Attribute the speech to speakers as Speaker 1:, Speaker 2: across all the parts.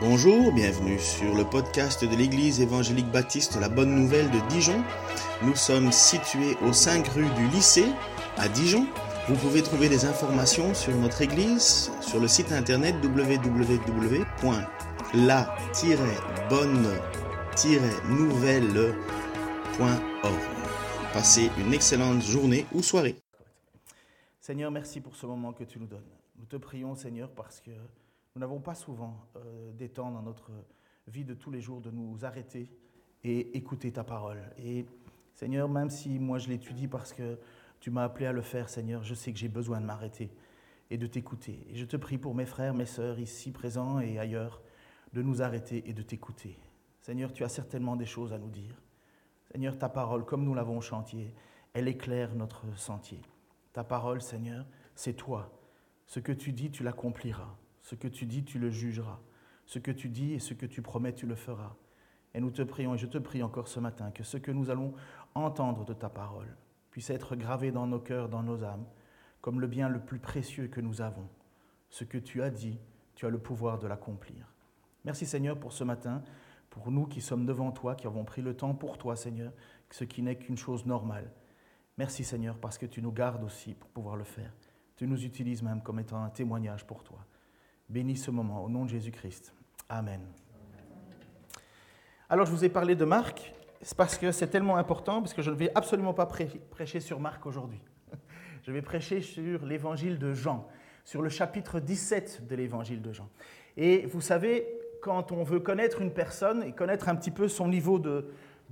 Speaker 1: Bonjour, bienvenue sur le podcast de l'Église évangélique baptiste La Bonne Nouvelle de Dijon. Nous sommes situés aux 5 rues du lycée à Dijon. Vous pouvez trouver des informations sur notre Église sur le site internet www.la-bonne-nouvelle.org. Passez une excellente journée ou soirée.
Speaker 2: Seigneur, merci pour ce moment que tu nous donnes. Nous te prions, Seigneur, parce que nous n'avons pas souvent des temps dans notre vie de tous les jours de nous arrêter et écouter ta parole. Et Seigneur, même si moi je l'étudie parce que tu m'as appelé à le faire, Seigneur, je sais que j'ai besoin de m'arrêter et de t'écouter. Et je te prie pour mes frères, mes sœurs ici présents et ailleurs, de nous arrêter et de t'écouter. Seigneur, tu as certainement des choses à nous dire. Seigneur, ta parole, comme nous l'avons chantée, elle éclaire notre sentier. Ta parole, Seigneur, c'est toi. Ce que tu dis, tu l'accompliras. Ce que tu dis, tu le jugeras. Ce que tu dis et ce que tu promets, tu le feras. Et nous te prions, et je te prie encore ce matin, que ce que nous allons entendre de ta parole puisse être gravé dans nos cœurs, dans nos âmes, comme le bien le plus précieux que nous avons. Ce que tu as dit, tu as le pouvoir de l'accomplir. Merci Seigneur pour ce matin, pour nous qui sommes devant toi, qui avons pris le temps pour toi Seigneur, ce qui n'est qu'une chose normale. Merci Seigneur parce que tu nous gardes aussi pour pouvoir le faire. Tu nous utilises même comme étant un témoignage pour toi. Bénis ce moment au nom de Jésus-Christ. Amen. Alors je vous ai parlé de Marc, c'est parce que c'est tellement important, parce que je ne vais absolument pas prêcher sur Marc aujourd'hui. Je vais prêcher sur l'évangile de Jean, sur le chapitre 17 de l'évangile de Jean. Et vous savez, quand on veut connaître une personne et connaître un petit peu son niveau de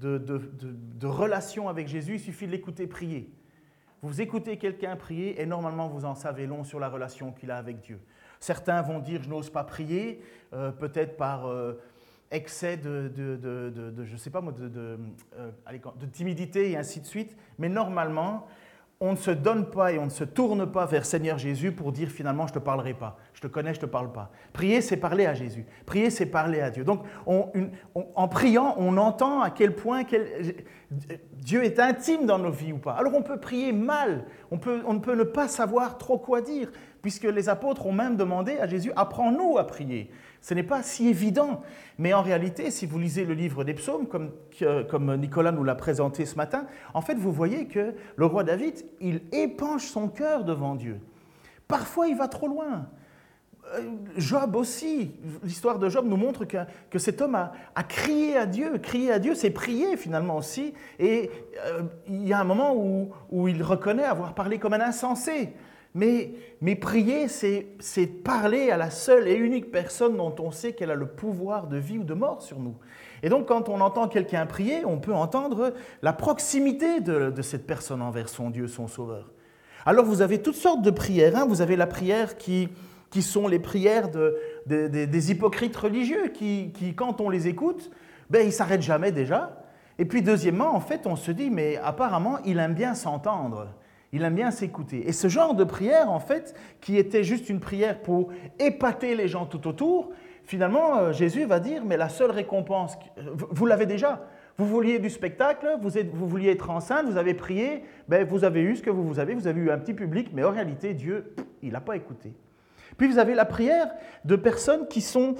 Speaker 2: relation avec Jésus, il suffit de l'écouter prier. Vous écoutez quelqu'un prier et normalement vous en savez long sur la relation qu'il a avec Dieu. Certains vont dire « je n'ose pas prier », peut-être par excès je sais pas moi, de timidité et ainsi de suite. Mais normalement, on ne se donne pas et on ne se tourne pas vers Seigneur Jésus pour dire finalement « je ne te parlerai pas, je te connais, je ne te parle pas ». Prier, c'est parler à Jésus. Prier, c'est parler à Dieu. Donc, en priant, on entend à quel point Dieu est intime dans nos vies ou pas. Alors, on peut prier mal, on ne peut ne pas savoir trop quoi dire, puisque les apôtres ont même demandé à Jésus « apprends-nous à prier ». Ce n'est pas si évident, mais en réalité, si vous lisez le livre des psaumes, comme Nicolas nous l'a présenté ce matin, en fait, vous voyez que le roi David, il épanche son cœur devant Dieu. Parfois, il va trop loin. Job aussi, l'histoire de Job nous montre que cet homme a crié à Dieu. Crier à Dieu, c'est prier finalement aussi. Et il y a un moment où il reconnaît avoir parlé comme un insensé. Mais prier, c'est parler à la seule et unique personne dont on sait qu'elle a le pouvoir de vie ou de mort sur nous. Et donc, quand on entend quelqu'un prier, on peut entendre la proximité de cette personne envers son Dieu, son Sauveur. Alors, vous avez toutes sortes de prières. Vous avez la prière qui sont les prières des hypocrites religieux qui, quand on les écoute, ils ne s'arrêtent jamais déjà. Et puis, deuxièmement, en fait, on se dit, mais apparemment, il aime bien s'entendre. Il aime bien s'écouter. Et ce genre de prière, en fait, qui était juste une prière pour épater les gens tout autour, finalement, Jésus va dire, mais la seule récompense, vous l'avez déjà. Vous vouliez du spectacle, vous vouliez être enceinte, vous avez prié, vous avez eu ce que vous avez eu un petit public, mais en réalité, Dieu, il n'a pas écouté. Puis vous avez la prière de personnes qui sont...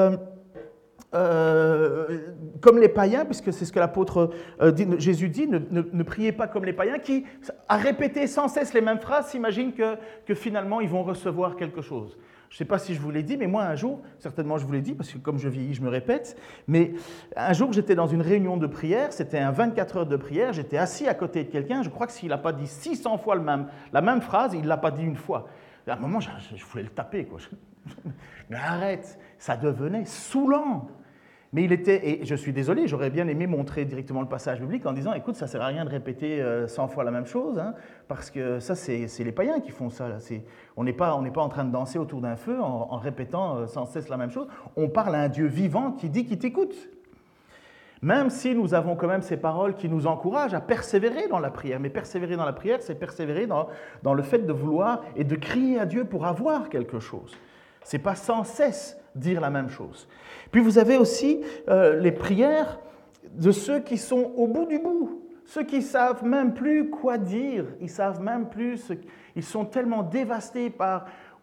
Speaker 2: comme les païens, puisque c'est ce que l'apôtre Jésus dit, ne priez pas comme les païens, qui, à répéter sans cesse les mêmes phrases, s'imaginent que finalement ils vont recevoir quelque chose. Je ne sais pas si je vous l'ai dit, mais moi un jour, certainement je vous l'ai dit, parce que comme je vieillis, je me répète, mais un jour j'étais dans une réunion de prière, c'était un 24 heures de prière, j'étais assis à côté de quelqu'un, je crois que s'il n'a pas dit 600 fois la même phrase, il ne l'a pas dit une fois. À un moment, je voulais le taper, quoi. Mais arrête, ça devenait saoulant. Mais il était, et je suis désolé, j'aurais bien aimé montrer directement le passage biblique en disant, écoute, ça ne sert à rien de répéter 100 fois la même chose, parce que ça, c'est les païens qui font ça. Là. On n'est pas en train de danser autour d'un feu en répétant sans cesse la même chose. On parle à un Dieu vivant qui dit qu'il t'écoute. Même si nous avons quand même ces paroles qui nous encouragent à persévérer dans la prière. Mais persévérer dans la prière, c'est persévérer dans le fait de vouloir et de crier à Dieu pour avoir quelque chose. Ce n'est pas sans cesse dire la même chose. Puis vous avez aussi les prières de ceux qui sont au bout du bout, ceux qui ne savent même plus quoi dire, ils savent même plus, ils sont tellement dévastés par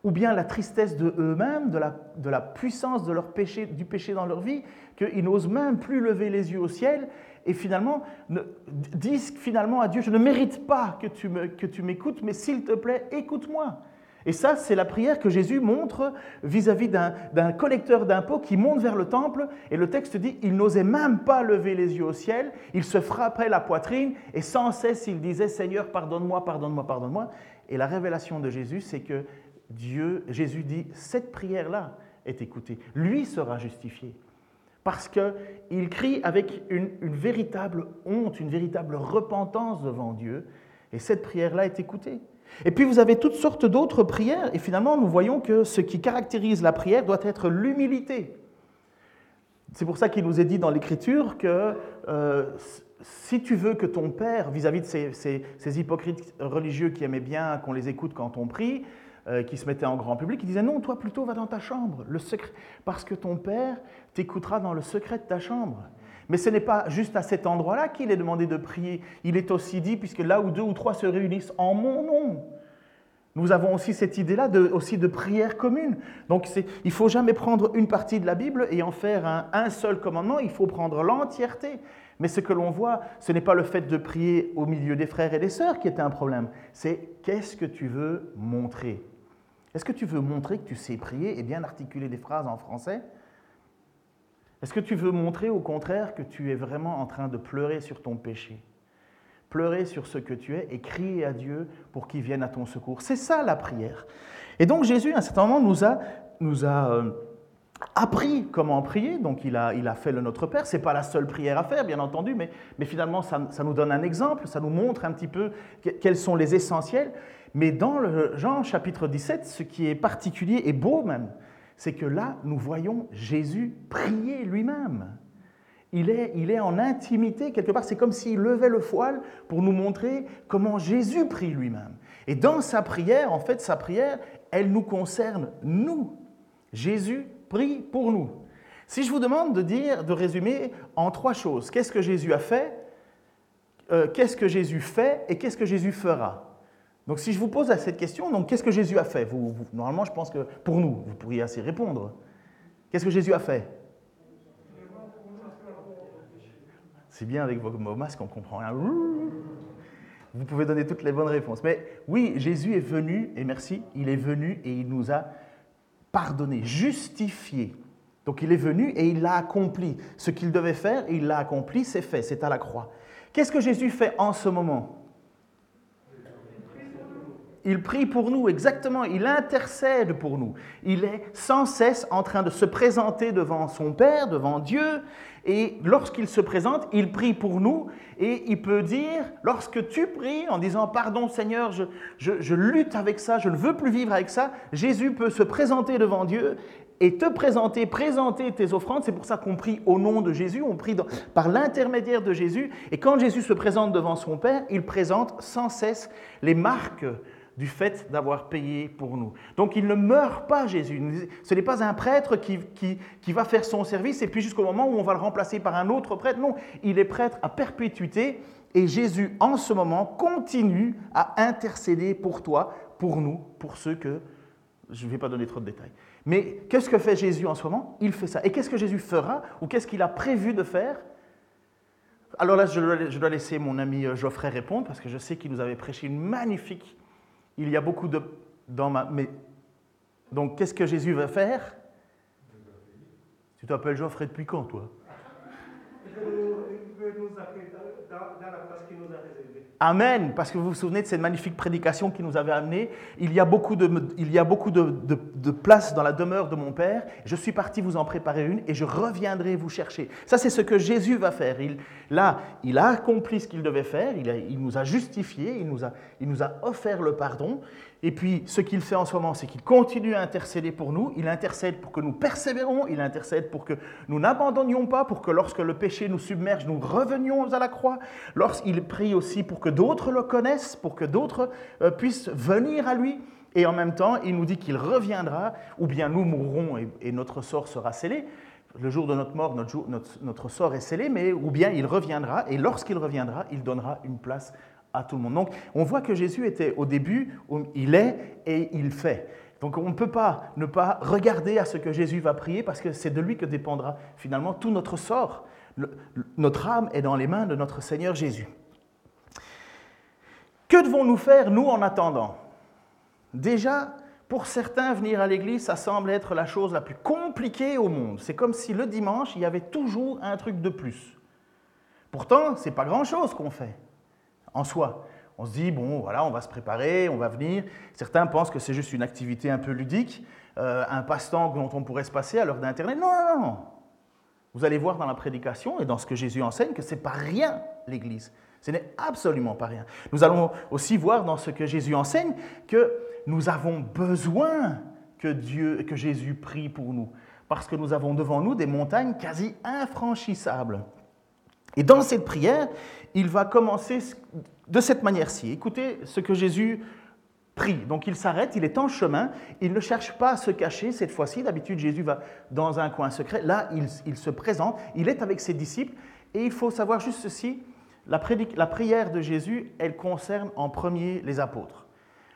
Speaker 2: ou bien la tristesse de eux-mêmes, de la puissance de leur péché, du péché dans leur vie, qu'ils n'osent même plus lever les yeux au ciel et finalement disent finalement à Dieu, je ne mérite pas que tu m'écoutes, mais s'il te plaît, écoute-moi. Et ça, c'est la prière que Jésus montre vis-à-vis d'un collecteur d'impôts qui monte vers le temple. Et le texte dit, il n'osait même pas lever les yeux au ciel, il se frappait la poitrine et sans cesse il disait, Seigneur, pardonne-moi, pardonne-moi, pardonne-moi. Et la révélation de Jésus, c'est que Jésus dit, cette prière-là est écoutée. Lui sera justifié. Parce qu'il crie avec une véritable honte, une véritable repentance devant Dieu. Et cette prière-là est écoutée. Et puis vous avez toutes sortes d'autres prières, et finalement nous voyons que ce qui caractérise la prière doit être l'humilité. C'est pour ça qu'il nous est dit dans l'Écriture que si tu veux que ton père, vis-à-vis de ces hypocrites religieux qui aimaient bien qu'on les écoute quand on prie, qui se mettaient en grand public, il disait non, toi plutôt va dans ta chambre, le secret, parce que ton père t'écoutera dans le secret de ta chambre. Mais ce n'est pas juste à cet endroit-là qu'il est demandé de prier. Il est aussi dit, puisque là où 2 ou 3 se réunissent en mon nom, nous avons aussi cette idée-là aussi de prière commune. Donc il ne faut jamais prendre une partie de la Bible et en faire un seul commandement, il faut prendre l'entièreté. Mais ce que l'on voit, ce n'est pas le fait de prier au milieu des frères et des sœurs qui est un problème, c'est qu'est-ce que tu veux montrer. Est-ce que tu veux montrer que tu sais prier et bien articuler des phrases en français ? Est-ce que tu veux montrer au contraire que tu es vraiment en train de pleurer sur ton péché ? Pleurer sur ce que tu es et crier à Dieu pour qu'il vienne à ton secours. C'est ça la prière. Et donc Jésus, à un certain moment, nous a appris comment prier. Donc il a fait le Notre Père. Ce n'est pas la seule prière à faire, bien entendu, mais finalement ça nous donne un exemple, ça nous montre un petit peu quels sont les essentiels. Mais dans le Jean chapitre 17, ce qui est particulier et beau même, c'est que là, nous voyons Jésus prier lui-même. Il est en intimité, quelque part, c'est comme s'il levait le voile pour nous montrer comment Jésus prie lui-même. Et dans sa prière, en fait, sa prière, elle nous concerne, nous. Jésus prie pour nous. Si je vous demande de résumer en 3 choses, qu'est-ce que Jésus a fait, qu'est-ce que Jésus fait et qu'est-ce que Jésus fera ? Donc si je vous pose cette question, donc qu'est-ce que Jésus a fait ? Normalement, je pense que pour nous, vous pourriez assez répondre. Qu'est-ce que Jésus a fait ? C'est bien avec vos masques, on ne comprend rien. Vous pouvez donner toutes les bonnes réponses. Mais oui, Jésus est venu, et merci, il est venu et il nous a pardonné, justifié. Donc il est venu et il l'a accompli. Ce qu'il devait faire, il l'a accompli, c'est fait, c'est à la croix. Qu'est-ce que Jésus fait en ce moment ? Il prie pour nous, exactement, il intercède pour nous. Il est sans cesse en train de se présenter devant son Père, devant Dieu, et lorsqu'il se présente, il prie pour nous, et il peut dire, lorsque tu pries en disant « Pardon Seigneur, je lutte avec ça, je ne veux plus vivre avec ça », Jésus peut se présenter devant Dieu et te présenter tes offrandes. C'est pour ça qu'on prie au nom de Jésus, on prie par l'intermédiaire de Jésus, et quand Jésus se présente devant son Père, il présente sans cesse les marques du fait d'avoir payé pour nous. Donc il ne meurt pas, Jésus. Ce n'est pas un prêtre qui va faire son service et puis jusqu'au moment où on va le remplacer par un autre prêtre. Non, il est prêtre à perpétuité et Jésus, en ce moment, continue à intercéder pour toi, pour nous, pour ceux que... Je ne vais pas donner trop de détails. Mais qu'est-ce que fait Jésus en ce moment ? Il fait ça. Et qu'est-ce que Jésus fera ou qu'est-ce qu'il a prévu de faire ? Alors là, je dois laisser mon ami Geoffrey répondre parce que je sais qu'il nous avait prêché une magnifique... Il y a beaucoup de... Donc, qu'est-ce que Jésus va faire ? Tu t'appelles Geoffrey depuis quand, toi ?
Speaker 3: Il veut nous appeler dans la place qu'il nous a réservée.
Speaker 2: Amen, parce que vous vous souvenez de cette magnifique prédication qui nous avait amené. Il y a beaucoup de place dans la demeure de mon Père. Je suis parti vous en préparer une et je reviendrai vous chercher. Ça, c'est ce que Jésus va faire. Il a accompli ce qu'il devait faire. Il nous a justifiés. Il nous a offert le pardon. Et puis, ce qu'il fait en ce moment, c'est qu'il continue à intercéder pour nous. Il intercède pour que nous persévérons. Il intercède pour que nous n'abandonnions pas, pour que lorsque le péché nous submerge, nous revenions à la croix. Lorsqu'il prie aussi pour que d'autres le connaissent, pour que d'autres puissent venir à lui. Et en même temps, il nous dit qu'il reviendra, ou bien nous mourrons et notre sort sera scellé. Le jour de notre mort, notre sort est scellé, mais ou bien il reviendra. Et lorsqu'il reviendra, il donnera une place à tout le monde. Donc, on voit que Jésus était au début, il est et il fait. Donc on ne peut pas ne pas regarder à ce que Jésus va prier parce que c'est de lui que dépendra finalement tout notre sort. Notre âme est dans les mains de notre Seigneur Jésus. Que devons-nous faire, nous, en attendant? Déjà, pour certains, venir à l'église, ça semble être la chose la plus compliquée au monde. C'est comme si le dimanche, il y avait toujours un truc de plus. Pourtant, ce n'est pas grand-chose qu'on fait, en soi. On se dit, bon, voilà, on va se préparer, on va venir. Certains pensent que c'est juste une activité un peu ludique, un passe-temps dont on pourrait se passer à l'heure d'Internet. Non, non, non. Vous allez voir dans la prédication et dans ce que Jésus enseigne que ce n'est pas rien, l'église. Ce n'est absolument pas rien. Nous allons aussi voir dans ce que Jésus enseigne que nous avons besoin que Jésus prie pour nous, parce que nous avons devant nous des montagnes quasi infranchissables. Et dans cette prière, il va commencer de cette manière-ci. Écoutez ce que Jésus prie. Donc il s'arrête, il est en chemin, il ne cherche pas à se cacher cette fois-ci. D'habitude, Jésus va dans un coin secret. Là, il se présente, il est avec ses disciples. Et il faut savoir juste ceci, la prière de Jésus, elle concerne en premier les apôtres.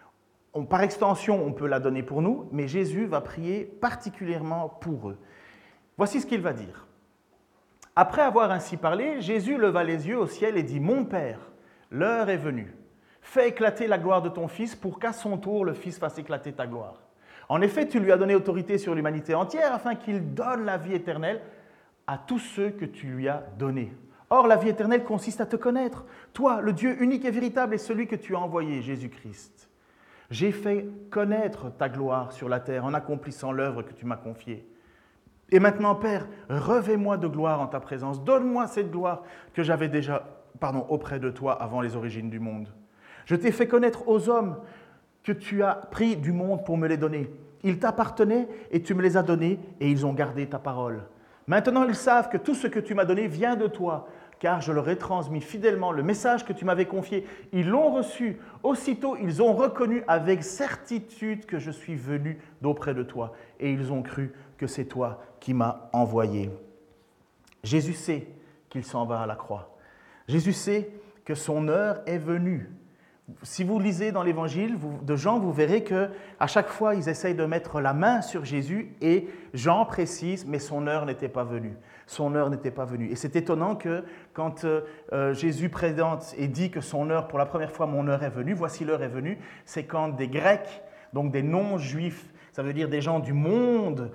Speaker 2: Par extension, on peut la donner pour nous, mais Jésus va prier particulièrement pour eux. Voici ce qu'il va dire. Après avoir ainsi parlé, Jésus leva les yeux au ciel et dit « Mon Père, l'heure est venue. Fais éclater la gloire de ton Fils pour qu'à son tour le Fils fasse éclater ta gloire. En effet, tu lui as donné autorité sur l'humanité entière afin qu'il donne la vie éternelle à tous ceux que tu lui as donnés. Or, la vie éternelle consiste à te connaître, toi, le Dieu unique et véritable et celui que tu as envoyé, Jésus-Christ. J'ai fait connaître ta gloire sur la terre en accomplissant l'œuvre que tu m'as confiée. Et maintenant, Père, revêt-moi de gloire en ta présence. Donne-moi cette gloire que j'avais déjà auprès de toi avant les origines du monde. Je t'ai fait connaître aux hommes que tu as pris du monde pour me les donner. Ils t'appartenaient et tu me les as donnés et ils ont gardé ta parole. Maintenant, ils savent que tout ce que tu m'as donné vient de toi, car je leur ai transmis fidèlement le message que tu m'avais confié. Ils l'ont reçu. Aussitôt, ils ont reconnu avec certitude que je suis venu d'auprès de toi et ils ont cru que c'est toi qui m'as envoyé. Jésus sait qu'il s'en va à la croix. Jésus sait que son heure est venue. Si vous lisez dans l'évangile de Jean, vous verrez qu'à chaque fois, ils essayent de mettre la main sur Jésus et Jean précise, mais son heure n'était pas venue. Son heure n'était pas venue. Et c'est étonnant que quand Jésus présente et dit que son heure, pour la première fois, mon heure est venue, voici l'heure est venue, c'est quand des Grecs, donc des non-juifs, ça veut dire des gens du monde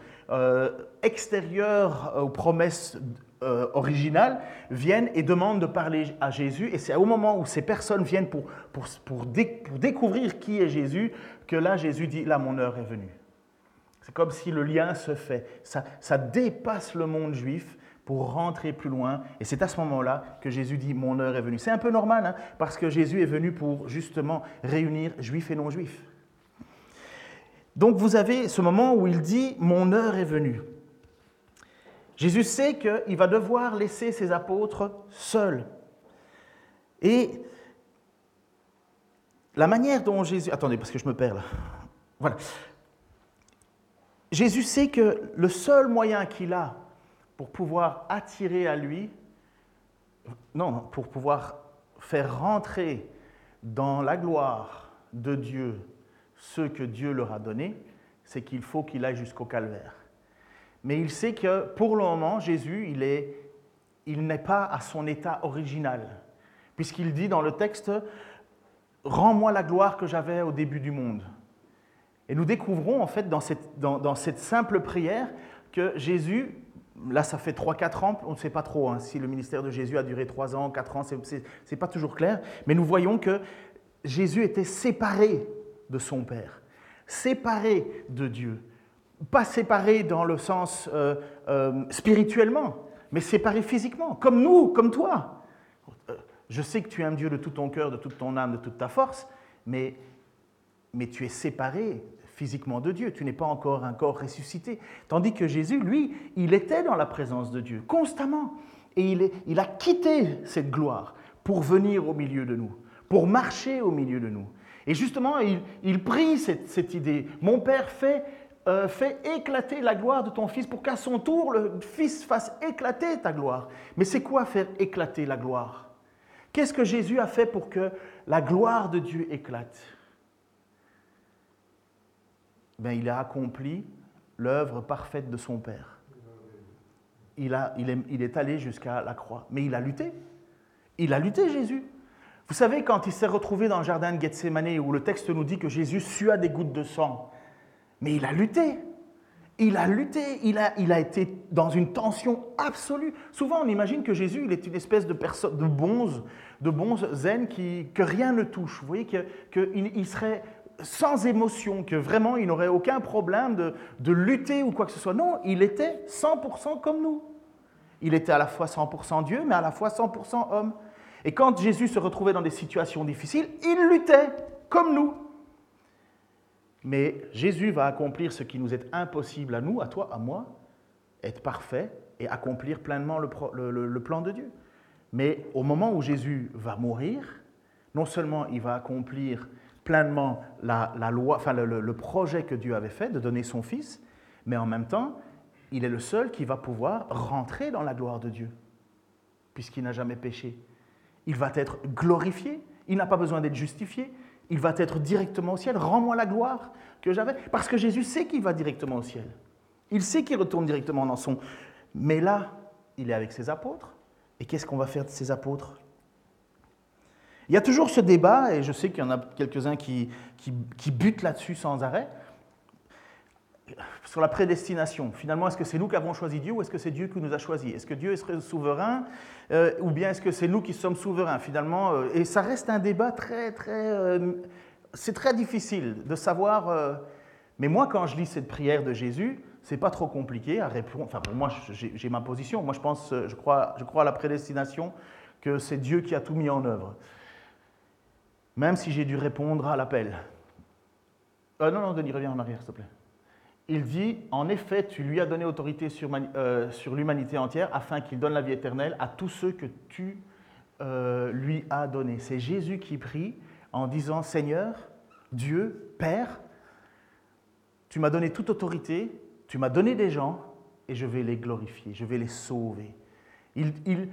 Speaker 2: extérieur aux promesses originales, viennent et demandent de parler à Jésus. Et c'est au moment où ces personnes viennent pour découvrir qui est Jésus, que là, Jésus dit, là, mon heure est venue. C'est comme si le lien se fait. Ça dépasse le monde juif pour rentrer plus loin. Et c'est à ce moment-là que Jésus dit, mon heure est venue. C'est un peu normal, hein, parce que Jésus est venu pour justement réunir juifs et non-juifs. Donc vous avez ce moment où il dit « Mon heure est venue ». Jésus sait qu'il va devoir laisser ses apôtres seuls. Et la manière dont Jésus... Attendez, parce que je me perds là. Voilà. Jésus sait que le seul moyen qu'il a pour pouvoir attirer à lui, pour pouvoir faire rentrer dans la gloire de Dieu ce que Dieu leur a donné, c'est qu'il faut qu'il aille jusqu'au calvaire. Mais il sait que pour le moment, Jésus, il n'est pas à son état original, puisqu'il dit dans le texte « Rends-moi la gloire que j'avais au début du monde ». Et nous découvrons en fait dans cette simple prière que Jésus, là ça fait 3-4 ans, on ne sait pas trop si le ministère de Jésus a duré 3 ans, 4 ans, c'est pas toujours clair, mais nous voyons que Jésus était séparé de son Père, séparé de Dieu. Pas séparé dans le sens spirituellement, mais séparé physiquement, comme nous, comme toi. Je sais que tu aimes Dieu de tout ton cœur, de toute ton âme, de toute ta force, mais tu es séparé physiquement de Dieu. Tu n'es pas encore un corps ressuscité. Tandis que Jésus, lui, il était dans la présence de Dieu, constamment. Et il a quitté cette gloire pour venir au milieu de nous, pour marcher au milieu de nous. Et justement, il prie cette idée. Mon Père, fais éclater la gloire de ton Fils pour qu'à son tour, le Fils fasse éclater ta gloire. Mais c'est quoi faire éclater la gloire? Qu'est-ce que Jésus a fait pour que la gloire de Dieu éclate? il a accompli l'œuvre parfaite de son Père. Il est allé jusqu'à la croix. Mais il a lutté. Il a lutté, Jésus. Vous savez, quand il s'est retrouvé dans le jardin de Gethsémani, où le texte nous dit que Jésus sua des gouttes de sang, mais il a lutté. Il a lutté. Il a été dans une tension absolue. Souvent, on imagine que Jésus, il est une espèce de personne, de bonze zen, que rien ne touche. Vous voyez, qu'il serait sans émotion, que vraiment, il n'aurait aucun problème de lutter ou quoi que ce soit. Non, il était 100% comme nous. Il était à la fois 100% Dieu, mais à la fois 100% homme. Et quand Jésus se retrouvait dans des situations difficiles, il luttait comme nous. Mais Jésus va accomplir ce qui nous est impossible à nous, à toi, à moi, être parfait et accomplir pleinement le plan de Dieu. Mais au moment où Jésus va mourir, non seulement il va accomplir pleinement la loi, enfin le projet que Dieu avait fait de donner son Fils, mais en même temps, il est le seul qui va pouvoir rentrer dans la gloire de Dieu, puisqu'il n'a jamais péché. Il va être glorifié, il n'a pas besoin d'être justifié, il va être directement au ciel. Rends-moi la gloire que j'avais, parce que Jésus sait qu'il va directement au ciel. Il sait qu'il retourne directement dans son... Mais là, il est avec ses apôtres, et qu'est-ce qu'on va faire de ces apôtres ? Il y a toujours ce débat, et je sais qu'il y en a quelques-uns qui butent là-dessus sans arrêt, sur la prédestination. Finalement, est-ce que c'est nous qui avons choisi Dieu ou est-ce que c'est Dieu qui nous a choisis ? Est-ce que Dieu est souverain ou bien est-ce que c'est nous qui sommes souverains finalement et ça reste un débat c'est très difficile de savoir. Mais moi, quand je lis cette prière de Jésus, c'est pas trop compliqué à répondre. Enfin, pour moi, j'ai ma position. Moi, je crois à la prédestination, que c'est Dieu qui a tout mis en œuvre. Même si j'ai dû répondre à l'appel. Non, Denis, reviens en arrière, s'il te plaît. Il dit, en effet, tu lui as donné autorité sur l'humanité entière afin qu'il donne la vie éternelle à tous ceux que tu lui as donnés. C'est Jésus qui prie en disant, Seigneur, Dieu, Père, tu m'as donné toute autorité, tu m'as donné des gens et je vais les glorifier, je vais les sauver. Il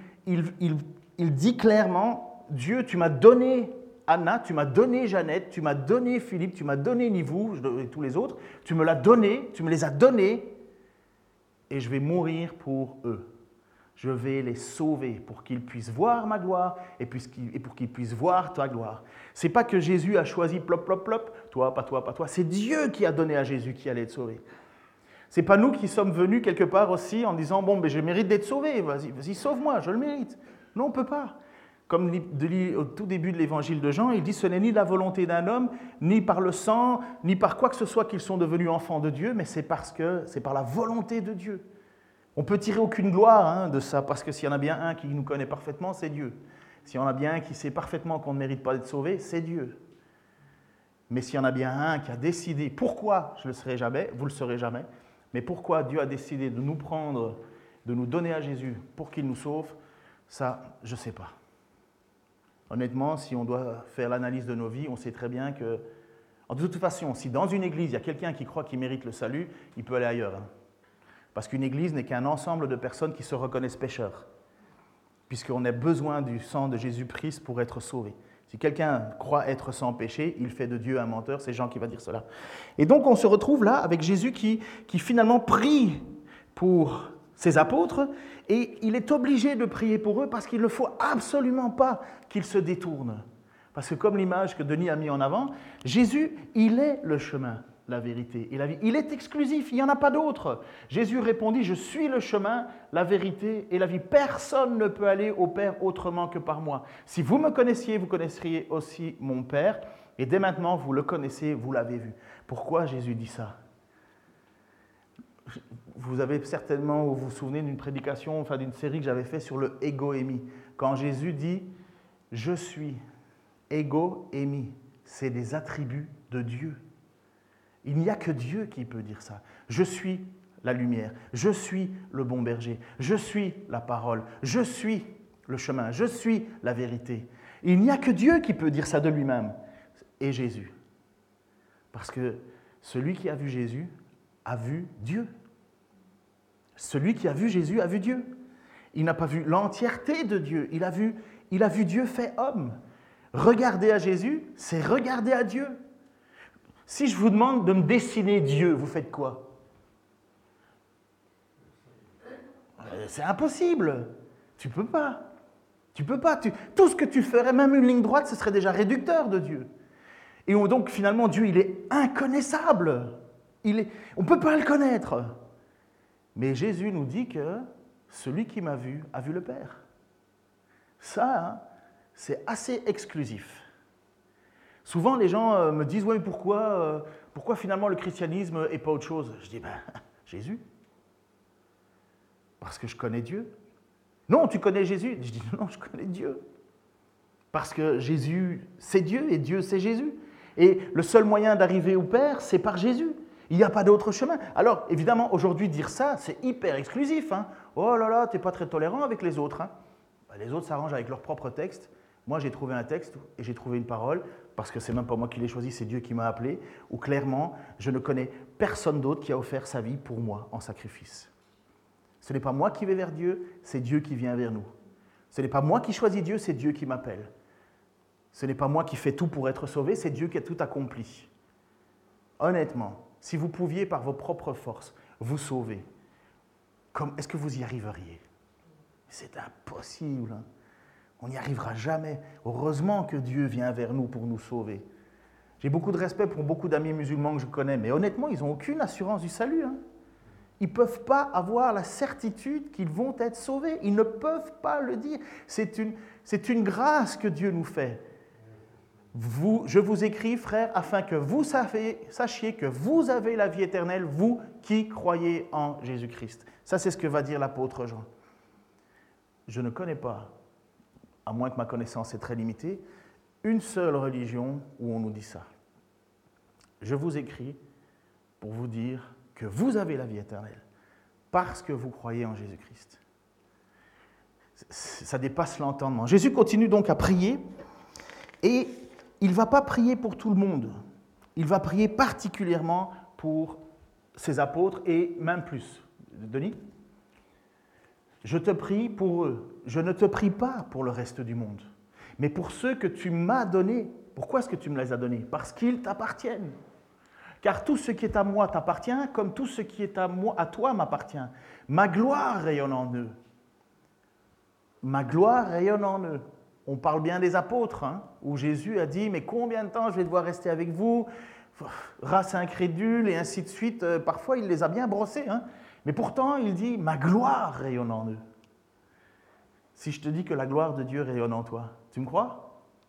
Speaker 2: dit clairement, Dieu, tu m'as donné Anna, tu m'as donné Jeannette, tu m'as donné Philippe, tu m'as donné Nivou et tous les autres, tu me les as donnés et je vais mourir pour eux. Je vais les sauver pour qu'ils puissent voir ma gloire et pour qu'ils puissent voir ta gloire. Ce n'est pas que Jésus a choisi plop, plop, plop, toi, pas toi, pas toi. C'est Dieu qui a donné à Jésus qui allait être sauvé. Ce n'est pas nous qui sommes venus quelque part aussi en disant « Bon, je mérite d'être sauvé, vas-y, sauve-moi, je le mérite. » Non, on ne peut pas. Comme au tout début de l'évangile de Jean, il dit « Ce n'est ni la volonté d'un homme, ni par le sang, ni par quoi que ce soit qu'ils sont devenus enfants de Dieu, mais c'est par la volonté de Dieu. » On ne peut tirer aucune gloire de ça, parce que s'il y en a bien un qui nous connaît parfaitement, c'est Dieu. S'il y en a bien un qui sait parfaitement qu'on ne mérite pas d'être sauvé, c'est Dieu. Mais s'il y en a bien un qui a décidé, pourquoi je ne le serai jamais, vous ne le saurez jamais, mais pourquoi Dieu a décidé de nous prendre, de nous donner à Jésus pour qu'il nous sauve, ça, je ne sais pas. Honnêtement, si on doit faire l'analyse de nos vies, on sait très bien que, de toute façon, si dans une église, il y a quelqu'un qui croit qu'il mérite le salut, il peut aller ailleurs. Parce qu'une église n'est qu'un ensemble de personnes qui se reconnaissent pécheurs, puisqu'on a besoin du sang de Jésus-Christ pour être sauvé. Si quelqu'un croit être sans péché, il fait de Dieu un menteur, c'est Jean qui va dire cela. Et donc on se retrouve là avec Jésus qui finalement prie pour ses apôtres, et il est obligé de prier pour eux parce qu'il ne faut absolument pas qu'ils se détournent. Parce que comme l'image que Denis a mis en avant, Jésus, il est le chemin, la vérité et la vie. Il est exclusif, il n'y en a pas d'autre. Jésus répondit, je suis le chemin, la vérité et la vie. Personne ne peut aller au Père autrement que par moi. Si vous me connaissiez, vous connaisseriez aussi mon Père. Et dès maintenant, vous le connaissez, vous l'avez vu. Pourquoi Jésus dit ça ? Vous avez certainement, vous vous souvenez d'une prédication, enfin d'une série que j'avais faite sur le ego émi. Quand Jésus dit, je suis ego émi, c'est des attributs de Dieu. Il n'y a que Dieu qui peut dire ça. Je suis la lumière, je suis le bon berger, je suis la parole, je suis le chemin, je suis la vérité. Il n'y a que Dieu qui peut dire ça de lui-même, et Jésus. Parce que celui qui a vu Jésus a vu Dieu. Celui qui a vu Jésus a vu Dieu. Il n'a pas vu l'entièreté de Dieu, il a vu Dieu fait homme. Regarder à Jésus, c'est regarder à Dieu. Si je vous demande de me dessiner Dieu, vous faites quoi? C'est impossible. Tu peux pas. Tu peux pas. Tout ce que tu ferais, même une ligne droite, ce serait déjà réducteur de Dieu. Et donc finalement, Dieu, il est inconnaissable. On ne peut pas le connaître. Mais Jésus nous dit que celui qui m'a vu a vu le Père. Ça, hein, c'est assez exclusif. Souvent, les gens me disent « Ouais, pourquoi finalement le christianisme et pas autre chose ?» Je dis « Jésus. Parce que je connais Dieu. » « Non, tu connais Jésus ?» Je dis « Non, je connais Dieu. » Parce que Jésus, c'est Dieu et Dieu, c'est Jésus. Et le seul moyen d'arriver au Père, c'est par Jésus. Il n'y a pas d'autre chemin. Alors, évidemment, aujourd'hui, dire ça, c'est hyper exclusif. Hein. Oh là là, tu n'es pas très tolérant avec les autres. Hein. Les autres s'arrangent avec leur propre texte. Moi, j'ai trouvé un texte et j'ai trouvé une parole, parce que c'est même pas moi qui l'ai choisi, c'est Dieu qui m'a appelé, où clairement, je ne connais personne d'autre qui a offert sa vie pour moi en sacrifice. Ce n'est pas moi qui vais vers Dieu, c'est Dieu qui vient vers nous. Ce n'est pas moi qui choisis Dieu, c'est Dieu qui m'appelle. Ce n'est pas moi qui fais tout pour être sauvé, c'est Dieu qui a tout accompli. Honnêtement, si vous pouviez par vos propres forces vous sauver, est-ce que vous y arriveriez? C'est impossible. Hein? On n'y arrivera jamais. Heureusement que Dieu vient vers nous pour nous sauver. J'ai beaucoup de respect pour beaucoup d'amis musulmans que je connais, mais honnêtement, ils n'ont aucune assurance du salut. Hein? Ils ne peuvent pas avoir la certitude qu'ils vont être sauvés. Ils ne peuvent pas le dire. C'est une grâce que Dieu nous fait. Je vous écris, frères, afin que vous sachiez que vous avez la vie éternelle, vous qui croyez en Jésus-Christ. Ça, c'est ce que va dire l'apôtre Jean. Je ne connais pas, à moins que ma connaissance est très limitée, une seule religion où on nous dit ça. Je vous écris pour vous dire que vous avez la vie éternelle parce que vous croyez en Jésus-Christ. Ça dépasse l'entendement. Jésus continue donc à prier et il ne va pas prier pour tout le monde. Il va prier particulièrement pour ses apôtres et même plus. Denis ? Je te prie pour eux. Je ne te prie pas pour le reste du monde, mais pour ceux que tu m'as donnés. Pourquoi est-ce que tu me les as donnés? Parce qu'ils t'appartiennent. Car tout ce qui est à moi t'appartient, comme tout ce qui est à toi m'appartient. Ma gloire rayonne en eux. Ma gloire rayonne en eux. On parle bien des apôtres, hein, où Jésus a dit « Mais combien de temps je vais devoir rester avec vous ?» Race incrédule et ainsi de suite. Parfois, il les a bien brossés. Hein. Mais pourtant, il dit « Ma gloire rayonne en eux. » Si je te dis que la gloire de Dieu rayonne en toi, tu me crois ?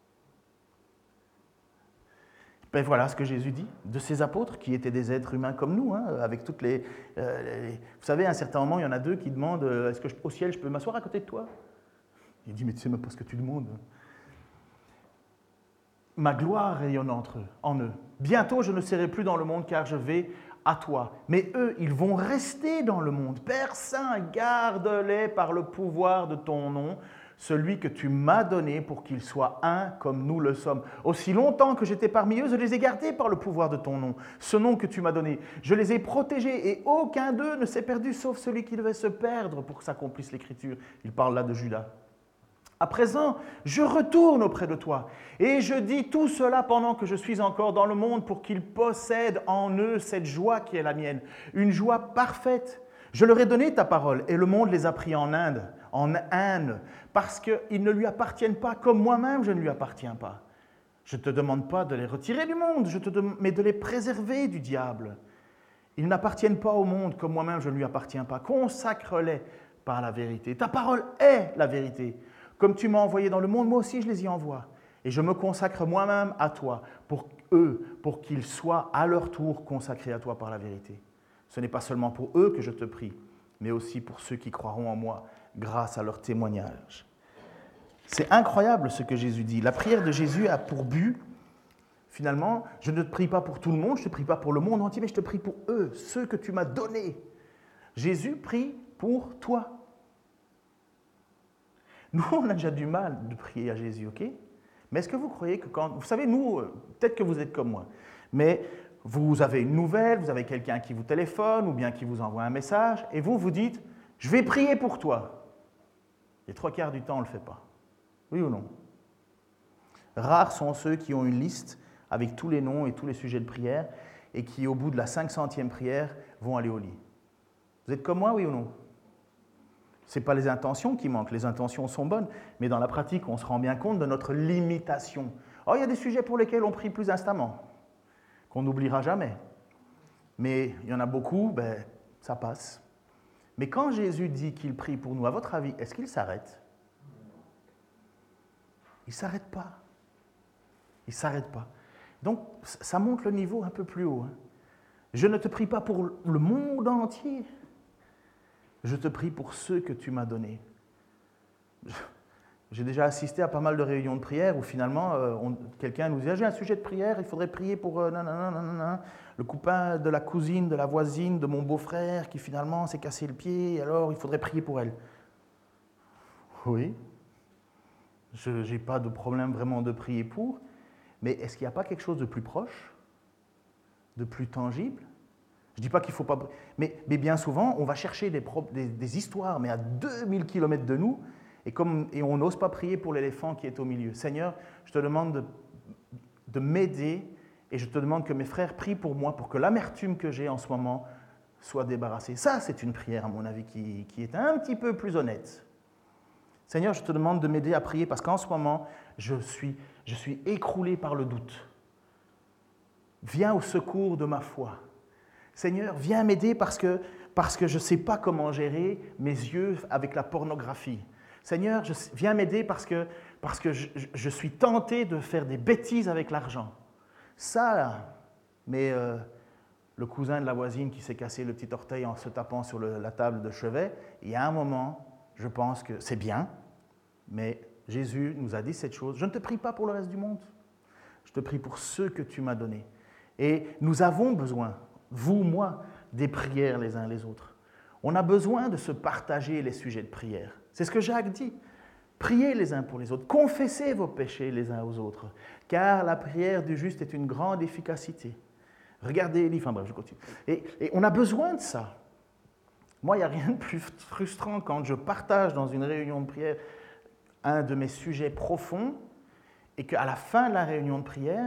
Speaker 2: Ben voilà ce que Jésus dit de ses apôtres, qui étaient des êtres humains comme nous, hein, avec toutes les... Vous savez, à un certain moment, il y en a deux qui demandent « Est-ce qu'au ciel, je peux m'asseoir à côté de toi ?» Il dit « Mais tu sais même pas ce que tu demandes. » Ma gloire rayonne en eux. Bientôt, je ne serai plus dans le monde, car je vais à toi. Mais eux, ils vont rester dans le monde. Père Saint, garde-les par le pouvoir de ton nom, celui que tu m'as donné pour qu'ils soient un comme nous le sommes. Aussi longtemps que j'étais parmi eux, je les ai gardés par le pouvoir de ton nom, ce nom que tu m'as donné. Je les ai protégés et aucun d'eux ne s'est perdu, sauf celui qui devait se perdre pour que s'accomplisse l'Écriture. Il parle là de Judas. À présent, je retourne auprès de toi et je dis tout cela pendant que je suis encore dans le monde pour qu'ils possèdent en eux cette joie qui est la mienne, une joie parfaite. Je leur ai donné ta parole et le monde les a pris en haine, parce qu'ils ne lui appartiennent pas comme moi-même je ne lui appartiens pas. Je ne te demande pas de les retirer du monde, mais de les préserver du diable. Ils n'appartiennent pas au monde comme moi-même je ne lui appartiens pas. Consacre-les par la vérité. Ta parole est la vérité. Comme tu m'as envoyé dans le monde, moi aussi je les y envoie. Et je me consacre moi-même à toi, pour eux, pour qu'ils soient à leur tour consacrés à toi par la vérité. Ce n'est pas seulement pour eux que je te prie, mais aussi pour ceux qui croiront en moi grâce à leur témoignage. C'est incroyable ce que Jésus dit. La prière de Jésus a pour but, finalement, je ne te prie pas pour tout le monde, je ne te prie pas pour le monde entier, mais je te prie pour eux, ceux que tu m'as donnés. Jésus prie pour toi. Nous, on a déjà du mal de prier à Jésus, ok? Mais est-ce que vous croyez que quand... Vous savez, nous, peut-être que vous êtes comme moi, mais vous avez une nouvelle, vous avez quelqu'un qui vous téléphone ou bien qui vous envoie un message, et vous dites, je vais prier pour toi. Les 3/4 du temps, on ne le fait pas. Oui ou non? Rares sont ceux qui ont une liste avec tous les noms et tous les sujets de prière, et qui, au bout de la 500e prière, vont aller au lit. Vous êtes comme moi, oui ou non? Ce n'est pas les intentions qui manquent, les intentions sont bonnes, mais dans la pratique, on se rend bien compte de notre limitation. Oh, il y a des sujets pour lesquels on prie plus instamment, qu'on n'oubliera jamais. Mais il y en a beaucoup, ça passe. Mais quand Jésus dit qu'il prie pour nous, à votre avis, est-ce qu'il s'arrête? Il ne s'arrête pas. Il ne s'arrête pas. Donc, ça monte le niveau un peu plus haut. Je ne te prie pas pour le monde entier. Je te prie pour ceux que tu m'as donnés. J'ai déjà assisté à pas mal de réunions de prière où finalement, quelqu'un nous dit « J'ai un sujet de prière, il faudrait prier pour le copain de la cousine, de la voisine, de mon beau-frère qui finalement s'est cassé le pied, alors il faudrait prier pour elle. » Oui, je n'ai pas de problème vraiment de prier pour, mais est-ce qu'il n'y a pas quelque chose de plus proche, de plus tangible? Je ne dis pas qu'il ne faut pas... Mais bien souvent, on va chercher des histoires, mais à 2000 km de nous, et on n'ose pas prier pour l'éléphant qui est au milieu. Seigneur, je te demande de m'aider, et je te demande que mes frères prient pour moi, pour que l'amertume que j'ai en ce moment soit débarrassée. Ça, c'est une prière, à mon avis, qui est un petit peu plus honnête. Seigneur, je te demande de m'aider à prier, parce qu'en ce moment, je suis écroulé par le doute. Viens au secours de ma foi. Seigneur, viens m'aider parce que je ne sais pas comment gérer mes yeux avec la pornographie. Seigneur, viens m'aider parce que je suis tenté de faire des bêtises avec l'argent. Ça, là, mais le cousin de la voisine qui s'est cassé le petit orteil en se tapant sur la table de chevet, il y a un moment, je pense que c'est bien, mais Jésus nous a dit cette chose. Je ne te prie pas pour le reste du monde. Je te prie pour ceux que tu m'as donnés. Et nous avons besoin, vous, moi, des prières les uns les autres. On a besoin de se partager les sujets de prière. C'est ce que Jacques dit. Priez les uns pour les autres. Confessez vos péchés les uns aux autres. Car la prière du juste est une grande efficacité. Regardez Élie, enfin bref, je continue. Et on a besoin de ça. Moi, il n'y a rien de plus frustrant quand je partage dans une réunion de prière un de mes sujets profonds et qu'à la fin de la réunion de prière,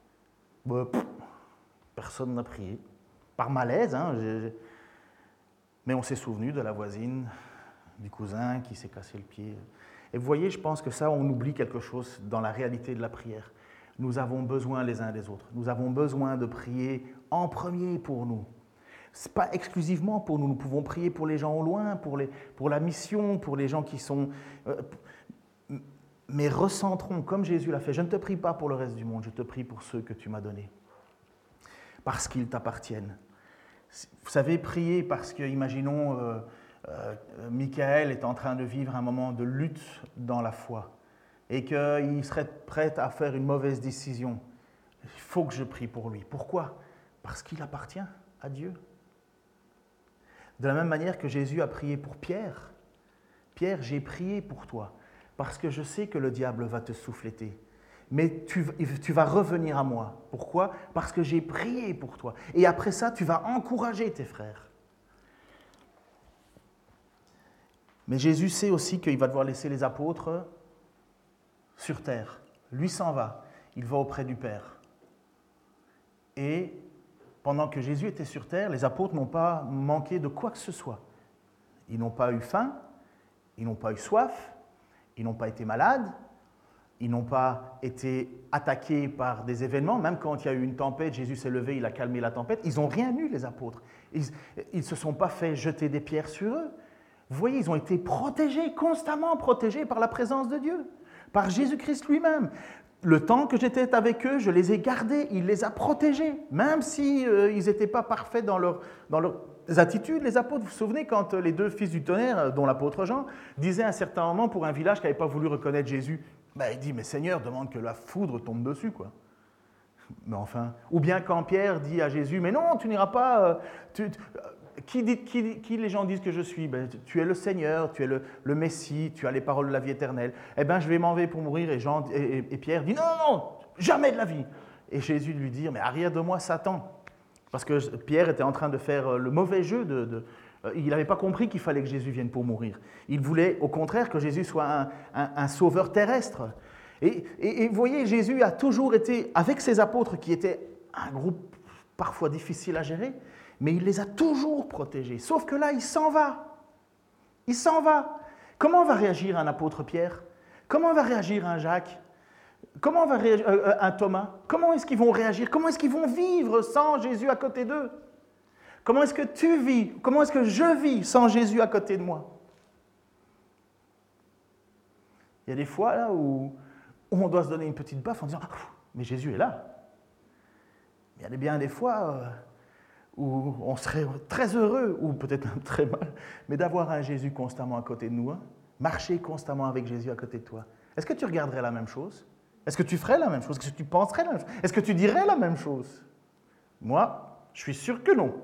Speaker 2: personne n'a prié. Par malaise, mais on s'est souvenu de la voisine, du cousin qui s'est cassé le pied. Et vous voyez, je pense que ça, on oublie quelque chose dans la réalité de la prière. Nous avons besoin les uns des autres. Nous avons besoin de prier en premier pour nous. Ce n'est pas exclusivement pour nous. Nous pouvons prier pour les gens au loin, pour la mission, pour les gens qui sont... mais recentrons, comme Jésus l'a fait. Je ne te prie pas pour le reste du monde, je te prie pour ceux que tu m'as donnés. Parce qu'ils t'appartiennent. Vous savez, prier parce que, imaginons, Michael est en train de vivre un moment de lutte dans la foi et qu'il serait prêt à faire une mauvaise décision. Il faut que je prie pour lui. Pourquoi? Parce qu'il appartient à Dieu. De la même manière que Jésus a prié pour Pierre. Pierre, j'ai prié pour toi parce que je sais que le diable va te souffléter. Mais tu vas revenir à moi. Pourquoi? Parce que j'ai prié pour toi. Et après ça, tu vas encourager tes frères. Mais Jésus sait aussi qu'il va devoir laisser les apôtres sur terre. Lui s'en va. Il va auprès du Père. Et pendant que Jésus était sur terre, les apôtres n'ont pas manqué de quoi que ce soit. Ils n'ont pas eu faim, ils n'ont pas eu soif, ils n'ont pas été malades, ils n'ont pas été attaqués par des événements. Même quand il y a eu une tempête, Jésus s'est levé, il a calmé la tempête. Ils n'ont rien eu, les apôtres. Ils ne se sont pas fait jeter des pierres sur eux. Vous voyez, ils ont été protégés, constamment protégés par la présence de Dieu, par Jésus-Christ lui-même. Le temps que j'étais avec eux, je les ai gardés, il les a protégés. Même si ils n'étaient pas parfaits dans leurs attitudes, les apôtres, vous vous souvenez quand les deux fils du tonnerre, dont l'apôtre Jean, disaient à un certain moment pour un village qui n'avait pas voulu reconnaître Jésus, il dit, mais Seigneur, demande que la foudre tombe dessus, quoi. Mais enfin, ou bien quand Pierre dit à Jésus, mais non, tu n'iras pas, qui les gens disent que je suis? Tu es le Seigneur, tu es le Messie, tu as les paroles de la vie éternelle. Je vais m'en aller pour mourir. Et Pierre dit, non, jamais de la vie. Et Jésus lui dit, mais arrière de moi, Satan. Parce que Pierre était en train de faire le mauvais jeu il n'avait pas compris qu'il fallait que Jésus vienne pour mourir. Il voulait, au contraire, que Jésus soit un sauveur terrestre. Et vous voyez, Jésus a toujours été avec ses apôtres, qui étaient un groupe parfois difficile à gérer, mais il les a toujours protégés. Sauf que là, il s'en va. Il s'en va. Comment va réagir un apôtre Pierre? Comment va réagir un Jacques? Comment va réagir un Thomas? Comment est-ce qu'ils vont réagir? Comment est-ce qu'ils vont vivre sans Jésus à côté d'eux? Comment est-ce que tu vis? Comment est-ce que je vis sans Jésus à côté de moi? Il y a des fois là où on doit se donner une petite baffe en disant « mais Jésus est là ». Il y a bien des fois où on serait très heureux, ou peut-être même très mal, mais d'avoir un Jésus constamment à côté de nous, hein, marcher constamment avec Jésus à côté de toi. Est-ce que tu regarderais la même chose? Est-ce que tu ferais la même chose? Est-ce que tu penserais la même chose? Est-ce que tu dirais la même chose? Moi, je suis sûr que non.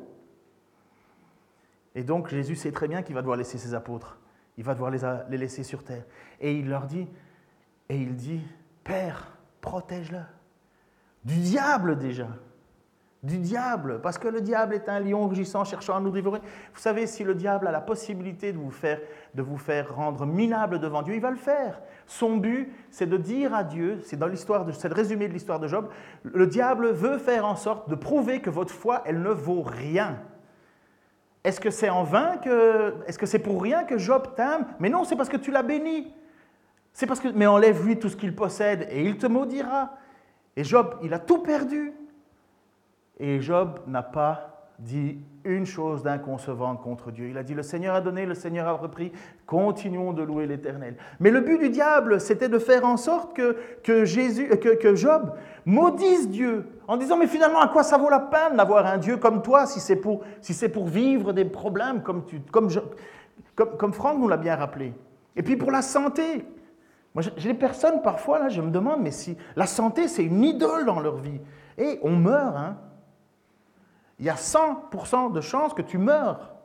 Speaker 2: Et donc Jésus sait très bien qu'il va devoir laisser ses apôtres. Il va devoir les laisser sur terre. Et il leur dit, Père, protège-le. Du diable déjà. Du diable. Parce que le diable est un lion rugissant cherchant à nous dévorer. Vous savez, si le diable a la possibilité de vous faire rendre minable devant Dieu, il va le faire. Son but, c'est de dire à Dieu, c'est le résumé de l'histoire de Job, le diable veut faire en sorte de prouver que votre foi, elle ne vaut rien. Est-ce que c'est en vain est-ce que c'est pour rien que Job t'aime? Mais non, c'est parce que tu l'as béni. Mais enlève-lui tout ce qu'il possède et il te maudira. Et Job, il a tout perdu. Et Job n'a pas dit une chose d'inconcevable contre Dieu. Il a dit, le Seigneur a donné, le Seigneur a repris, continuons de louer l'Éternel. Mais le but du diable, c'était de faire en sorte que Job maudisse Dieu, en disant, mais finalement, à quoi ça vaut la peine d'avoir un Dieu comme toi, si c'est pour vivre des problèmes, comme Franck nous l'a bien rappelé. Et puis pour la santé, moi j'ai des personnes parfois, là, je me demande, mais si la santé, c'est une idole dans leur vie. Et on meurt, hein. Il y a 100% de chances que tu meurs.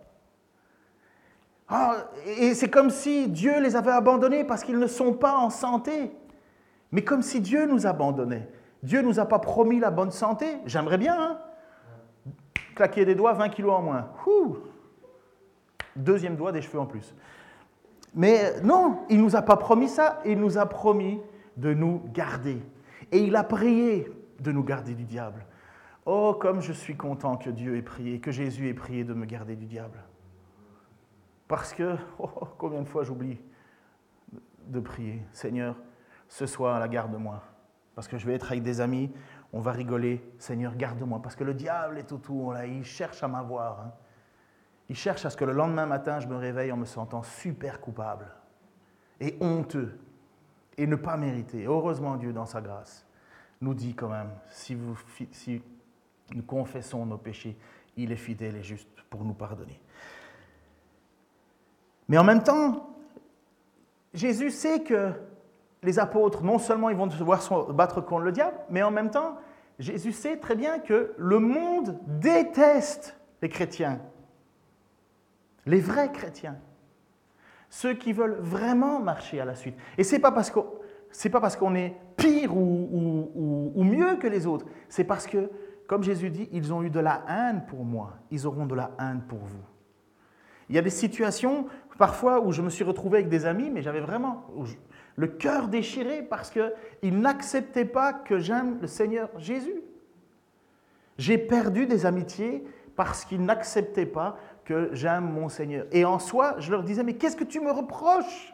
Speaker 2: Et c'est comme si Dieu les avait abandonnés parce qu'ils ne sont pas en santé. Mais comme si Dieu nous abandonnait. Dieu ne nous a pas promis la bonne santé. J'aimerais bien, hein. Claquer des doigts, 20 kilos en moins. Deuxième doigt, des cheveux en plus. Mais non, il ne nous a pas promis ça. Il nous a promis de nous garder. Et il a prié de nous garder du diable. Oh, comme je suis content que Dieu ait prié, que Jésus ait prié de me garder du diable. Parce que, combien de fois j'oublie de prier. Seigneur, ce soir, garde-moi. Parce que je vais être avec des amis, on va rigoler. Seigneur, garde-moi. Parce que le diable est autour, là, il cherche à m'avoir. Hein. Il cherche à ce que le lendemain matin, je me réveille en me sentant super coupable et honteux et ne pas mériter. Heureusement, Dieu, dans sa grâce, nous dit quand même, si nous confessons nos péchés, il est fidèle et juste pour nous pardonner. Mais en même temps, Jésus sait que les apôtres, non seulement ils vont devoir se battre contre le diable, mais en même temps, Jésus sait très bien que le monde déteste les chrétiens, les vrais chrétiens, ceux qui veulent vraiment marcher à la suite. Et ce n'est pas parce qu'on est pire ou mieux que les autres, c'est parce que, comme Jésus dit, ils ont eu de la haine pour moi, ils auront de la haine pour vous. Il y a des situations, parfois, où je me suis retrouvé avec des amis, mais j'avais vraiment le cœur déchiré parce qu'ils n'acceptaient pas que j'aime le Seigneur Jésus. J'ai perdu des amitiés parce qu'ils n'acceptaient pas que j'aime mon Seigneur. Et en soi, je leur disais, mais qu'est-ce que tu me reproches?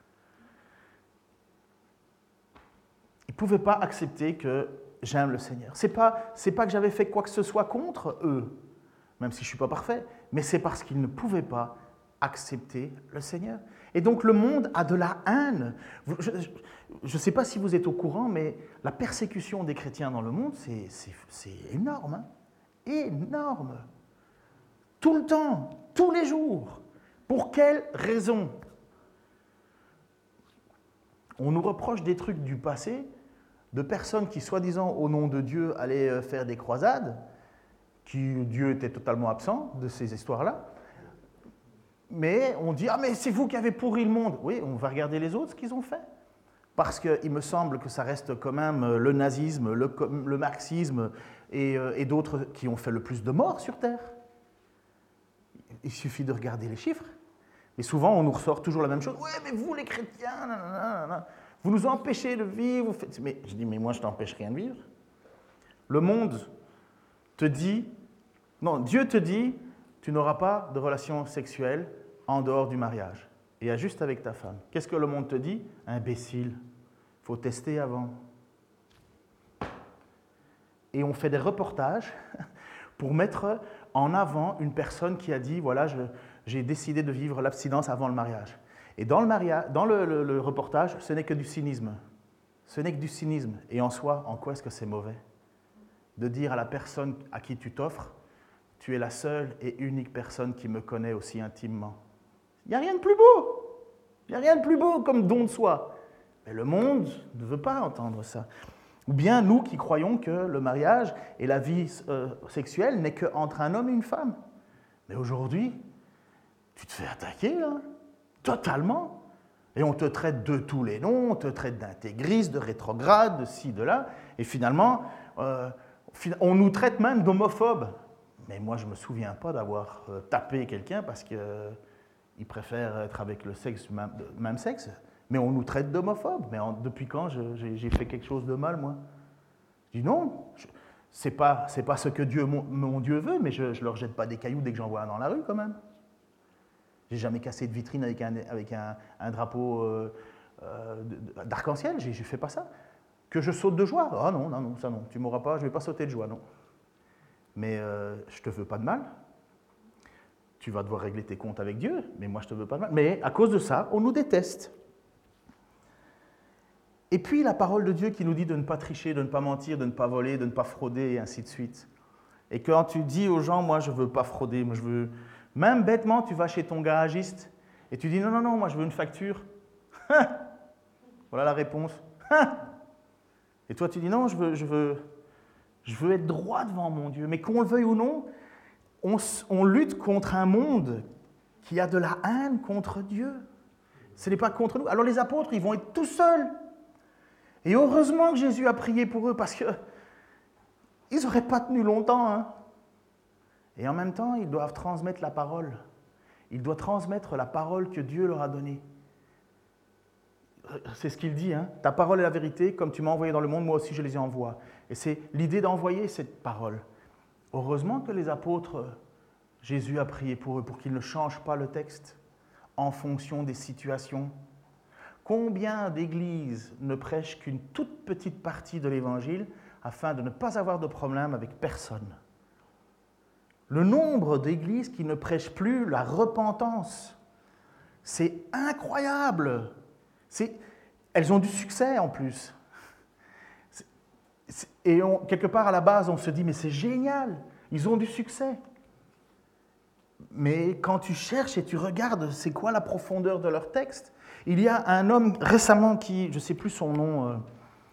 Speaker 2: Ils ne pouvaient pas accepter que j'aime le Seigneur. C'est pas que j'avais fait quoi que ce soit contre eux, même si je ne suis pas parfait, mais c'est parce qu'ils ne pouvaient pas accepter le Seigneur. Et donc le monde a de la haine. Je ne sais pas si vous êtes au courant, mais la persécution des chrétiens dans le monde, c'est énorme. Hein? Énorme. Tout le temps, tous les jours. Pour quelle raison? On nous reproche des trucs du passé, de personnes qui, soi-disant, au nom de Dieu, allaient faire des croisades, Dieu était totalement absent de ces histoires-là. Mais on dit, mais c'est vous qui avez pourri le monde. Oui, on va regarder les autres, ce qu'ils ont fait. Parce qu'il me semble que ça reste quand même le nazisme, le marxisme et d'autres qui ont fait le plus de morts sur Terre. Il suffit de regarder les chiffres. Et souvent, on nous ressort toujours la même chose. « Ouais, mais vous, les chrétiens, nanana. Vous nous empêchez de vivre. Mais je dis, mais moi, je t'empêche rien de vivre. Le monde te dit, non, Dieu te dit, tu n'auras pas de relation sexuelle en dehors du mariage. Et juste avec ta femme. Qu'est-ce que le monde te dit? Imbécile, il faut tester avant. Et on fait des reportages pour mettre en avant une personne qui a dit, voilà, j'ai décidé de vivre l'abstinence avant le mariage. Et dans le reportage, ce n'est que du cynisme. Ce n'est que du cynisme. Et en soi, en quoi est-ce que c'est mauvais? De dire à la personne à qui tu t'offres, tu es la seule et unique personne qui me connaît aussi intimement. Il n'y a rien de plus beau. Il n'y a rien de plus beau comme don de soi. Mais le monde ne veut pas entendre ça. Ou bien nous qui croyons que le mariage et la vie sexuelle n'est qu'entre un homme et une femme. Mais aujourd'hui, tu te fais attaquer, là, totalement. Et on te traite de tous les noms, on te traite d'intégriste, de rétrograde, de ci, de là. Et finalement, on nous traite même d'homophobes. Mais moi, je ne me souviens pas d'avoir tapé quelqu'un parce qu'il préfère être avec le même sexe. Mais on nous traite d'homophobes. Mais depuis quand j'ai fait quelque chose de mal, moi? Je dis non, c'est pas ce que mon Dieu veut, mais je ne leur jette pas des cailloux dès que j'en vois un dans la rue, quand même. J'ai jamais cassé de vitrine avec un drapeau d'arc-en-ciel, je ne fais pas ça. Que je saute de joie? Ah non, non, non, ça non, tu m'auras pas, je ne vais pas sauter de joie, non. Mais je ne te veux pas de mal. Tu vas devoir régler tes comptes avec Dieu, mais moi je ne te veux pas de mal. Mais à cause de ça, on nous déteste. Et puis la parole de Dieu qui nous dit de ne pas tricher, de ne pas mentir, de ne pas voler, de ne pas frauder, et ainsi de suite. Et quand tu dis aux gens, moi je ne veux pas frauder, moi je veux... Même bêtement, tu vas chez ton garagiste et tu dis non, non, non, moi je veux une facture. Voilà la réponse. Et toi tu dis non, je veux être droit devant mon Dieu. Mais qu'on le veuille ou non, on lutte contre un monde qui a de la haine contre Dieu. Ce n'est pas contre nous. Alors les apôtres, ils vont être tout seuls. Et heureusement que Jésus a prié pour eux parce qu'ils n'auraient pas tenu longtemps. Hein. Et en même temps, ils doivent transmettre la parole. Ils doivent transmettre la parole que Dieu leur a donnée. C'est ce qu'il dit, hein. Ta parole est la vérité, comme tu m'as envoyé dans le monde, moi aussi je les envoie. Et c'est l'idée d'envoyer cette parole. Heureusement que les apôtres, Jésus a prié pour eux, pour qu'ils ne changent pas le texte en fonction des situations. Combien d'églises ne prêchent qu'une toute petite partie de l'Évangile afin de ne pas avoir de problème avec personne? Le nombre d'églises qui ne prêchent plus la repentance, c'est incroyable. Elles ont du succès en plus. Et quelque part à la base, on se dit, mais c'est génial, ils ont du succès. Mais quand tu cherches et tu regardes, c'est quoi la profondeur de leur texte? Il y a un homme récemment qui, je ne sais plus son nom,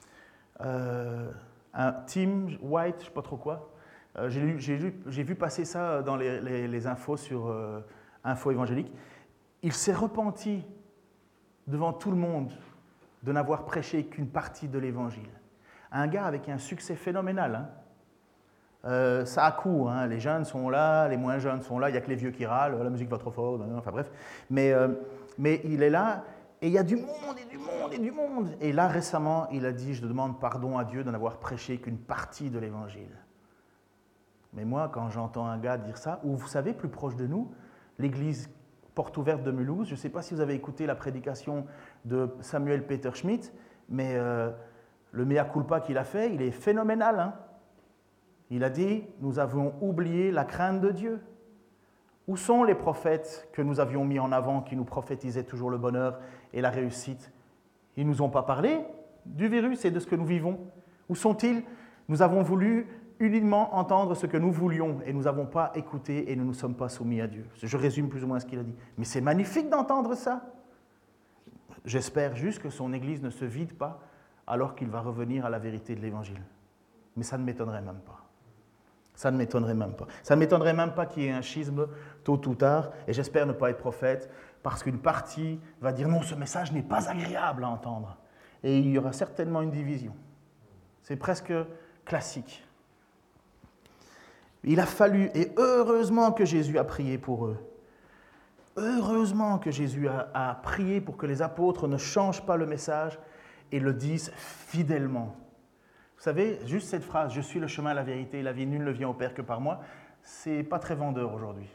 Speaker 2: un Tim White, je ne sais pas trop quoi. J'ai vu passer ça dans les infos sur Info Évangélique. Il s'est repenti devant tout le monde de n'avoir prêché qu'une partie de l'Évangile. Un gars avec un succès phénoménal. Hein. Ça a coup, hein. Les jeunes sont là, les moins jeunes sont là, il n'y a que les vieux qui râlent, la musique va trop fort, enfin bref. Mais il est là, et il y a du monde, et du monde, et du monde. Et là, récemment, il a dit, je demande pardon à Dieu de n'avoir prêché qu'une partie de l'Évangile. Mais moi, quand j'entends un gars dire ça, ou vous savez, plus proche de nous, l'église Porte Ouverte de Mulhouse, je ne sais pas si vous avez écouté la prédication de Samuel Peter Schmidt, mais le mea culpa qu'il a fait, il est phénoménal. Hein. Il a dit, nous avons oublié la crainte de Dieu. Où sont les prophètes que nous avions mis en avant, qui nous prophétisaient toujours le bonheur et la réussite? Ils ne nous ont pas parlé du virus et de ce que nous vivons. Où sont-ils? Nous avons voulu uniquement entendre ce que nous voulions et nous n'avons pas écouté et nous ne nous sommes pas soumis à Dieu. Je résume plus ou moins ce qu'il a dit. Mais c'est magnifique d'entendre ça. J'espère juste que son Église ne se vide pas alors qu'il va revenir à la vérité de l'Évangile. Mais ça ne m'étonnerait même pas. Ça ne m'étonnerait même pas. Ça ne m'étonnerait même pas qu'il y ait un schisme tôt ou tard, et j'espère ne pas être prophète, parce qu'une partie va dire non, ce message n'est pas agréable à entendre. Et il y aura certainement une division. C'est presque classique. Il a fallu, et heureusement que Jésus a prié pour eux. Heureusement que Jésus a prié pour que les apôtres ne changent pas le message et le disent fidèlement. Vous savez, juste cette phrase, je suis le chemin, la vérité et la vie, nul ne vient au Père que par moi, c'est pas très vendeur aujourd'hui.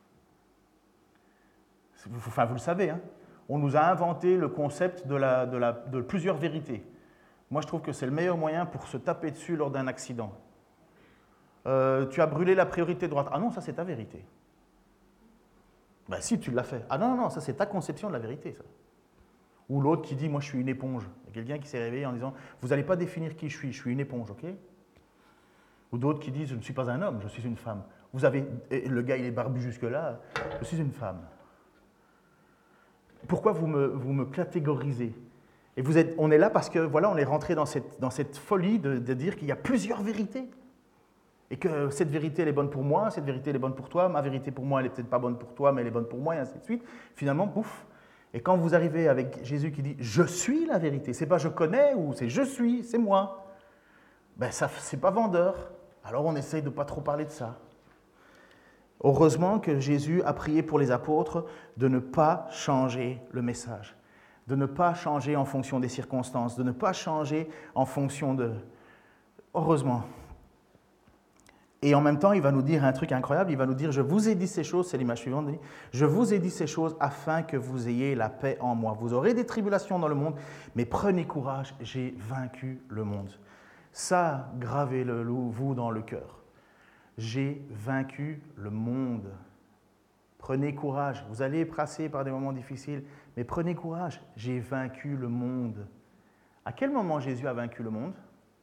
Speaker 2: Enfin, vous le savez, hein, on nous a inventé le concept de plusieurs vérités. Moi, je trouve que c'est le meilleur moyen pour se taper dessus lors d'un accident. Tu as brûlé la priorité droite. Ah non, ça c'est ta vérité. Ben si, tu l'as fait. Ah non, ça c'est ta conception de la vérité, ça. Ou l'autre qui dit, moi je suis une éponge. Il y a quelqu'un qui s'est réveillé en disant, vous n'allez pas définir qui je suis une éponge, ok? Ou d'autres qui disent, je ne suis pas un homme, je suis une femme. Le gars il est barbu jusque-là, je suis une femme. Pourquoi vous me catégorisez? Et on est là parce que voilà, on est rentré dans cette folie de dire qu'il y a plusieurs vérités. Et que cette vérité, elle est bonne pour moi, cette vérité, elle est bonne pour toi, ma vérité pour moi, elle n'est peut-être pas bonne pour toi, mais elle est bonne pour moi, et ainsi de suite. Finalement, pouf. Et quand vous arrivez avec Jésus qui dit « Je suis la vérité », c'est pas « je connais » ou c'est « je suis », c'est moi. Ben ça, c'est pas vendeur. Alors on essaye de ne pas trop parler de ça. Heureusement que Jésus a prié pour les apôtres de ne pas changer le message, de ne pas changer en fonction des circonstances, de ne pas changer en fonction de... Heureusement. Et en même temps, il va nous dire un truc incroyable, il va nous dire « Je vous ai dit ces choses », c'est l'image suivante, « Je vous ai dit ces choses afin que vous ayez la paix en moi. Vous aurez des tribulations dans le monde, mais prenez courage, j'ai vaincu le monde. » Ça, gravez-le-vous dans le cœur. J'ai vaincu le monde. Prenez courage, vous allez passer par des moments difficiles, mais prenez courage, j'ai vaincu le monde. À quel moment Jésus a vaincu le monde ?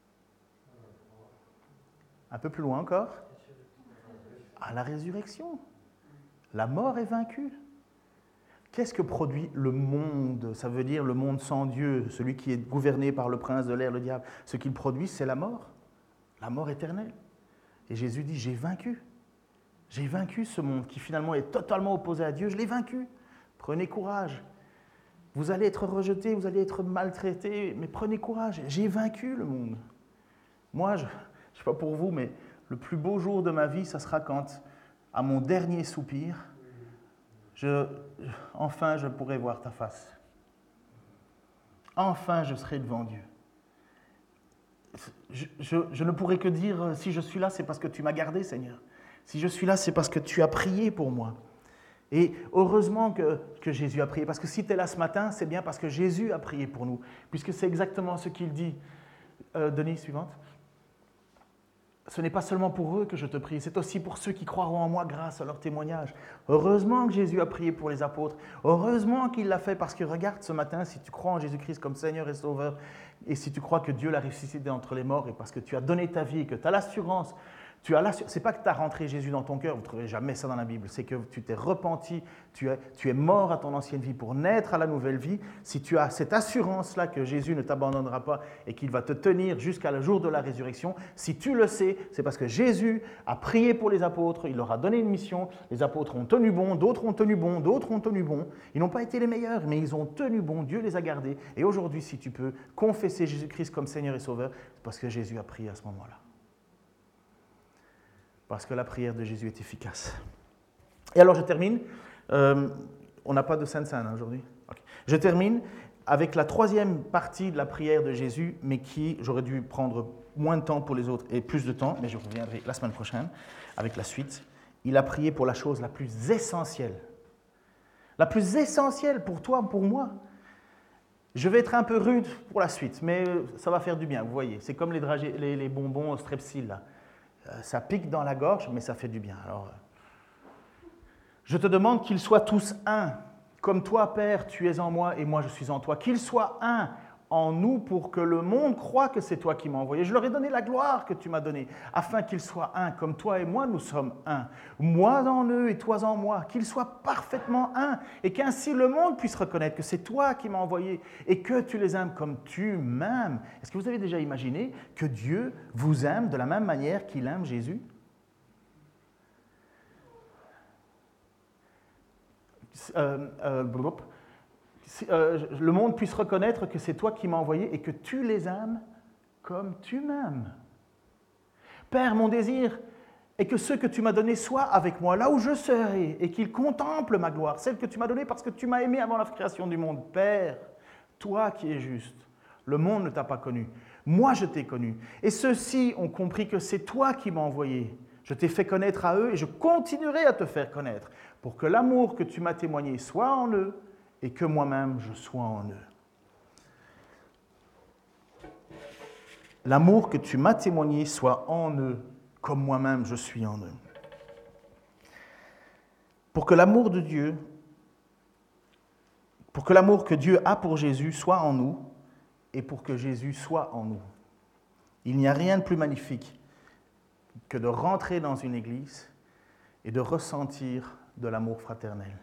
Speaker 2: Un peu plus loin encore, à la résurrection. La mort est vaincue. Qu'est-ce que produit le monde ? Ça veut dire le monde sans Dieu, celui qui est gouverné par le prince de l'air, le diable. Ce qu'il produit, c'est la mort éternelle. Et Jésus dit, j'ai vaincu. J'ai vaincu ce monde qui finalement est totalement opposé à Dieu, je l'ai vaincu. Prenez courage. Vous allez être rejetés, vous allez être maltraités, mais prenez courage. J'ai vaincu le monde. Moi, je ne sais pas pour vous, mais le plus beau jour de ma vie, ça sera quand, à mon dernier soupir, enfin je pourrai voir ta face. Enfin je serai devant Dieu. Je ne pourrai que dire, si je suis là, c'est parce que tu m'as gardé, Seigneur. Si je suis là, c'est parce que tu as prié pour moi. Et heureusement que Jésus a prié, parce que si tu es là ce matin, c'est bien parce que Jésus a prié pour nous, puisque c'est exactement ce qu'il dit. Denis, suivante. Ce n'est pas seulement pour eux que je te prie, c'est aussi pour ceux qui croiront en moi grâce à leur témoignage. Heureusement que Jésus a prié pour les apôtres. Heureusement qu'il l'a fait parce que regarde ce matin, si tu crois en Jésus-Christ comme Seigneur et Sauveur, et si tu crois que Dieu l'a ressuscité entre les morts, et parce que tu as donné ta vie, et que tu as l'assurance, c'est pas que tu as rentré Jésus dans ton cœur, vous ne trouverez jamais ça dans la Bible, c'est que tu t'es repenti, tu es mort à ton ancienne vie pour naître à la nouvelle vie. Si tu as cette assurance-là que Jésus ne t'abandonnera pas et qu'il va te tenir jusqu'à le jour de la résurrection, si tu le sais, c'est parce que Jésus a prié pour les apôtres, il leur a donné une mission, les apôtres ont tenu bon, d'autres ont tenu bon, d'autres ont tenu bon. Ils n'ont pas été les meilleurs, mais ils ont tenu bon, Dieu les a gardés. Et aujourd'hui, si tu peux confesser Jésus-Christ comme Seigneur et Sauveur, c'est parce que Jésus a prié à ce moment-là. Parce que la prière de Jésus est efficace. Et alors je termine, on n'a pas de Sainte Seine aujourd'hui. Okay. Je termine avec la troisième partie de la prière de Jésus, mais qui, j'aurais dû prendre moins de temps pour les autres et plus de temps, mais je reviendrai la semaine prochaine avec la suite. Il a prié pour la chose la plus essentielle. La plus essentielle pour toi, pour moi. Je vais être un peu rude pour la suite, mais ça va faire du bien, vous voyez. C'est comme les bonbons Strepsil, là. Ça pique dans la gorge, mais ça fait du bien. Alors, je te demande qu'ils soient tous un. Comme toi, Père, tu es en moi et moi je suis en toi. Qu'ils soient un en nous pour que le monde croie que c'est toi qui m'as envoyé. Je leur ai donné la gloire que tu m'as donnée, afin qu'ils soient un. Comme toi et moi, nous sommes un. Moi en eux et toi en moi. Qu'ils soient parfaitement un. Et qu'ainsi le monde puisse reconnaître que c'est toi qui m'as envoyé et que tu les aimes comme tu m'aimes. Est-ce que vous avez déjà imaginé que Dieu vous aime de la même manière qu'il aime Jésus ? Le monde puisse reconnaître que c'est toi qui m'as envoyé et que tu les aimes comme tu m'aimes. Père, mon désir est que ceux que tu m'as donnés soient avec moi là où je serai et qu'ils contemplent ma gloire, celle que tu m'as donnée parce que tu m'as aimé avant la création du monde. Père, toi qui es juste, Le monde ne t'a pas connu. Moi, je t'ai connu. Et ceux-ci ont compris que c'est toi qui m'as envoyé. Je t'ai fait connaître à eux et je continuerai à te faire connaître pour que l'amour que tu m'as témoigné soit en eux et que moi-même je sois en eux. L'amour que tu m'as témoigné soit en eux comme moi-même je suis en eux. Pour que l'amour de Dieu, pour que l'amour que Dieu a pour Jésus soit en nous et pour que Jésus soit en nous. Il n'y a rien de plus magnifique que de rentrer dans une église et de ressentir de l'amour fraternel.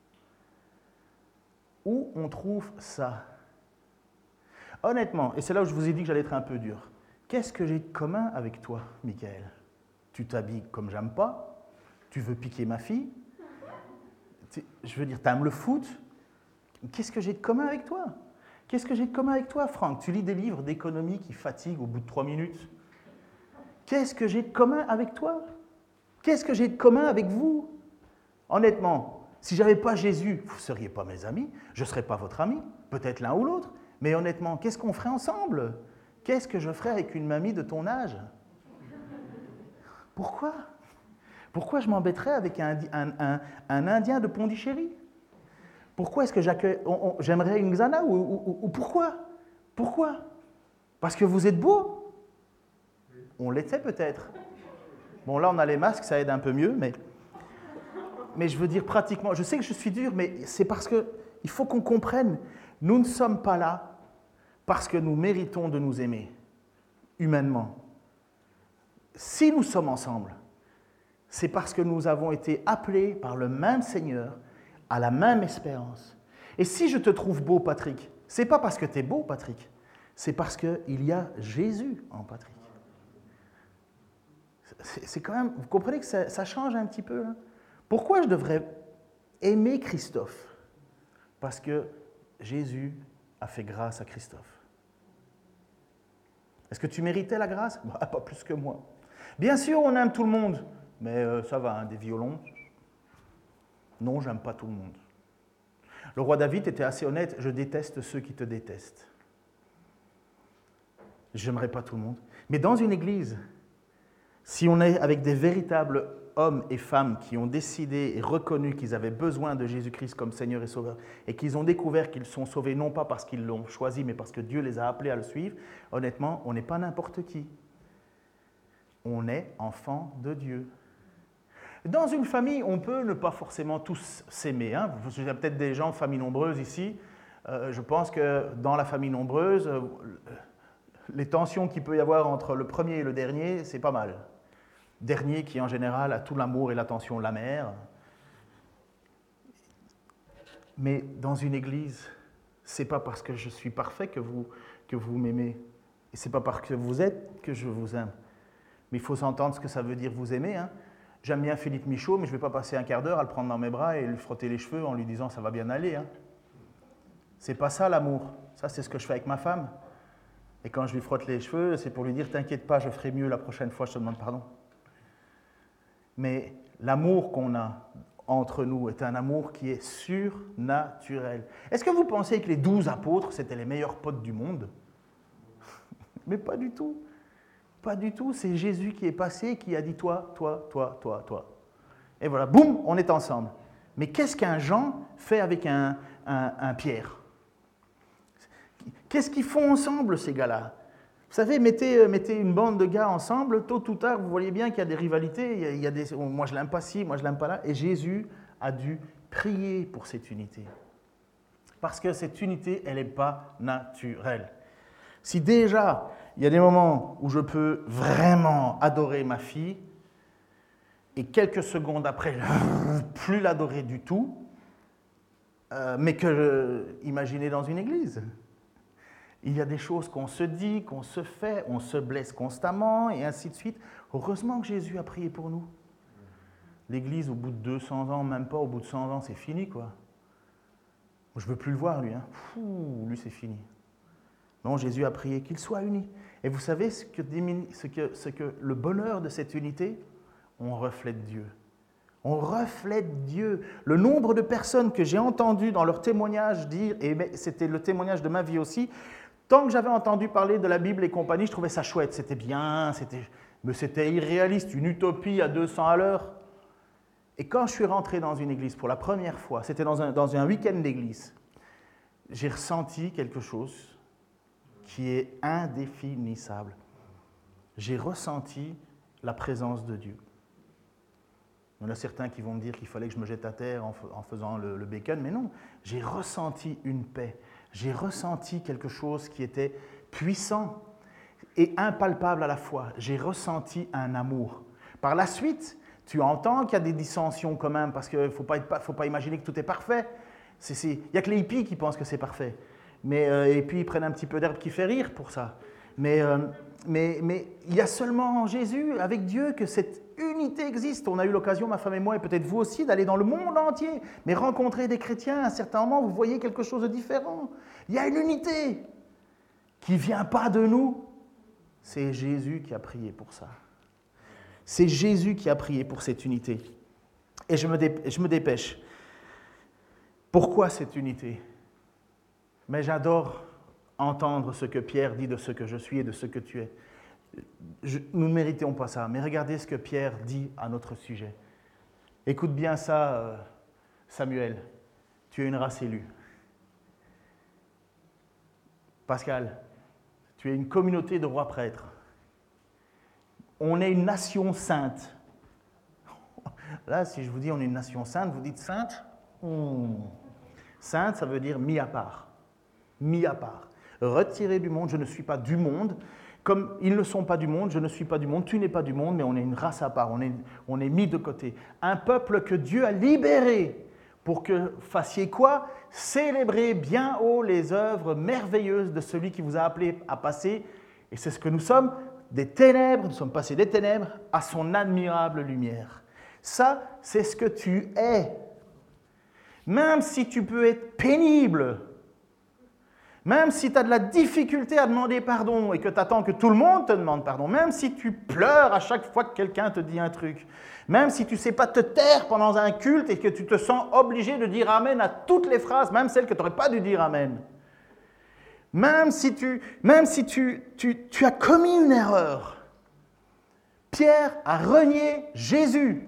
Speaker 2: Où on trouve ça? Honnêtement, et c'est là où je vous ai dit que j'allais être un peu dur, qu'est-ce que j'ai de commun avec toi, Michael? Tu t'habilles comme j'aime pas, tu veux piquer ma fille, je veux dire, t'aimes le foot, qu'est-ce que j'ai de commun avec toi? Qu'est-ce que j'ai de commun avec toi, Franck? Tu lis des livres d'économie qui fatiguent au bout de 3 minutes. Qu'est-ce que j'ai de commun avec toi? Qu'est-ce que j'ai de commun avec vous? Honnêtement, si je n'avais pas Jésus, vous ne seriez pas mes amis, je ne serais pas votre ami, peut-être l'un ou l'autre, mais honnêtement, qu'est-ce qu'on ferait ensemble? Qu'est-ce que je ferais avec une mamie de ton âge? Pourquoi? Pourquoi je m'embêterais avec un Indien de Pondichéry? Pourquoi est-ce que j'aimerais une Xana ou pourquoi? Pourquoi? Parce que vous êtes beau? On l'était peut-être. Bon, là, on a les masques, ça aide un peu mieux, mais je veux dire pratiquement, je sais que je suis dur, mais c'est parce qu'il faut qu'on comprenne, nous ne sommes pas là parce que nous méritons de nous aimer, humainement. Si nous sommes ensemble, c'est parce que nous avons été appelés par le même Seigneur à la même espérance. Et si je te trouve beau, Patrick, c'est pas parce que tu es beau, Patrick, c'est parce qu'il y a Jésus en Patrick. C'est quand même, vous comprenez que ça change un petit peu, hein? Pourquoi je devrais aimer Christophe? Parce que Jésus a fait grâce à Christophe. Est-ce que tu méritais la grâce? Bah, pas plus que moi. Bien sûr, on aime tout le monde, mais ça va, hein, des violons. Non, j'aime pas tout le monde. Le roi David était assez honnête, je déteste ceux qui te détestent. J'aimerais pas tout le monde. Mais dans une église, si on est avec des véritables hommes et femmes qui ont décidé et reconnu qu'ils avaient besoin de Jésus-Christ comme Seigneur et Sauveur et qu'ils ont découvert qu'ils sont sauvés non pas parce qu'ils l'ont choisi, mais parce que Dieu les a appelés à le suivre, honnêtement, on n'est pas n'importe qui. On est enfant de Dieu. Dans une famille, on peut ne pas forcément tous s'aimer. Hein. Il y a peut-être des gens, famille nombreuse ici. Je pense que dans la famille nombreuse, les tensions qu'il peut y avoir entre le premier et le dernier, c'est pas mal. Dernier qui, en général, a tout l'amour et l'attention de la mère. Mais dans une église, c'est pas parce que je suis parfait que vous m'aimez. Et c'est pas parce que vous êtes que je vous aime. Mais il faut s'entendre ce que ça veut dire vous aimer. Hein. J'aime bien Philippe Michaud, mais je ne vais pas passer un quart d'heure à le prendre dans mes bras et lui frotter les cheveux en lui disant « ça va bien aller hein. ». C'est pas ça l'amour. Ça, c'est ce que je fais avec ma femme. Et quand je lui frotte les cheveux, c'est pour lui dire « t'inquiète pas, je ferai mieux la prochaine fois, je te demande pardon ». Mais l'amour qu'on a entre nous est un amour qui est surnaturel. Est-ce que vous pensez que les 12 apôtres, c'était les meilleurs potes du monde? Mais pas du tout. Pas du tout. C'est Jésus qui est passé, qui a dit toi, toi, toi, toi, toi. Et voilà, boum, on est ensemble. Mais qu'est-ce qu'un Jean fait avec un Pierre? Qu'est-ce qu'ils font ensemble, ces gars-là? Vous savez, mettez une bande de gars ensemble, tôt ou tard, vous voyez bien qu'il y a des rivalités, il y a des, moi je l'aime pas ci, moi je l'aime pas là, et Jésus a dû prier pour cette unité. Parce que cette unité, elle n'est pas naturelle. Si déjà, il y a des moments où je peux vraiment adorer ma fille, et quelques secondes après, plus l'adorer du tout, mais imaginez dans une église. Il y a des choses qu'on se dit, qu'on se fait, on se blesse constamment, et ainsi de suite. Heureusement que Jésus a prié pour nous. L'Église, au bout de 200 ans, même pas au bout de 100 ans, c'est fini, quoi. Je ne veux plus le voir, lui. Hein. Lui, c'est fini. Non, Jésus a prié qu'il soit uni. Et vous savez ce que le bonheur de cette unité? On reflète Dieu. On reflète Dieu. Le nombre de personnes que j'ai entendues dans leur témoignage dire, et c'était le témoignage de ma vie aussi, Tant que j'avais entendu parler de la Bible et compagnie, je trouvais ça chouette, c'était bien, mais c'était irréaliste, une utopie à 200 à l'heure. Et quand je suis rentré dans une église pour la première fois, c'était dans un week-end d'église, j'ai ressenti quelque chose qui est indéfinissable. J'ai ressenti la présence de Dieu. Il y en a certains qui vont me dire qu'il fallait que je me jette à terre en faisant le bacon, mais non, j'ai ressenti une paix. J'ai ressenti quelque chose qui était puissant et impalpable à la fois. J'ai ressenti un amour. Par la suite, tu entends qu'il y a des dissensions quand même, parce qu'il ne faut pas imaginer que tout est parfait. Il n'y a que les hippies qui pensent que c'est parfait. Et puis ils prennent un petit peu d'herbe qui fait rire pour ça. Mais il y a seulement en Jésus, avec Dieu, que cette unité existe. On a eu l'occasion, ma femme et moi, et peut-être vous aussi, d'aller dans le monde entier, mais rencontrer des chrétiens. À un certain moment, vous voyez quelque chose de différent. Il y a une unité qui ne vient pas de nous. C'est Jésus qui a prié pour ça. C'est Jésus qui a prié pour cette unité. Et je me dépêche. Pourquoi cette unité? Mais j'adore entendre ce que Pierre dit de ce que je suis et de ce que tu es. Nous ne méritons pas ça, mais regardez ce que Pierre dit à notre sujet. Écoute bien ça, Samuel. Tu es une race élue. Pascal, tu es une communauté de rois prêtres. On est une nation sainte. Là, si je vous dis on est une nation sainte, vous dites sainte? Sainte, ça veut dire mis à part. Mis à part. Retiré du monde, je ne suis pas du monde. Comme ils ne sont pas du monde, je ne suis pas du monde, tu n'es pas du monde, mais on est une race à part, on est mis de côté. Un peuple que Dieu a libéré pour que fassiez quoi? Célébrez bien haut les œuvres merveilleuses de celui qui vous a appelé à passer, et c'est ce que nous sommes, des ténèbres, nous sommes passés des ténèbres à son admirable lumière. Ça, c'est ce que tu es. Même si tu peux être pénible, même si tu as de la difficulté à demander pardon et que tu attends que tout le monde te demande pardon, même si tu pleures à chaque fois que quelqu'un te dit un truc, même si tu ne sais pas te taire pendant un culte et que tu te sens obligé de dire Amen à toutes les phrases, même celles que tu n'aurais pas dû dire Amen, même si tu as commis une erreur, Pierre a renié Jésus.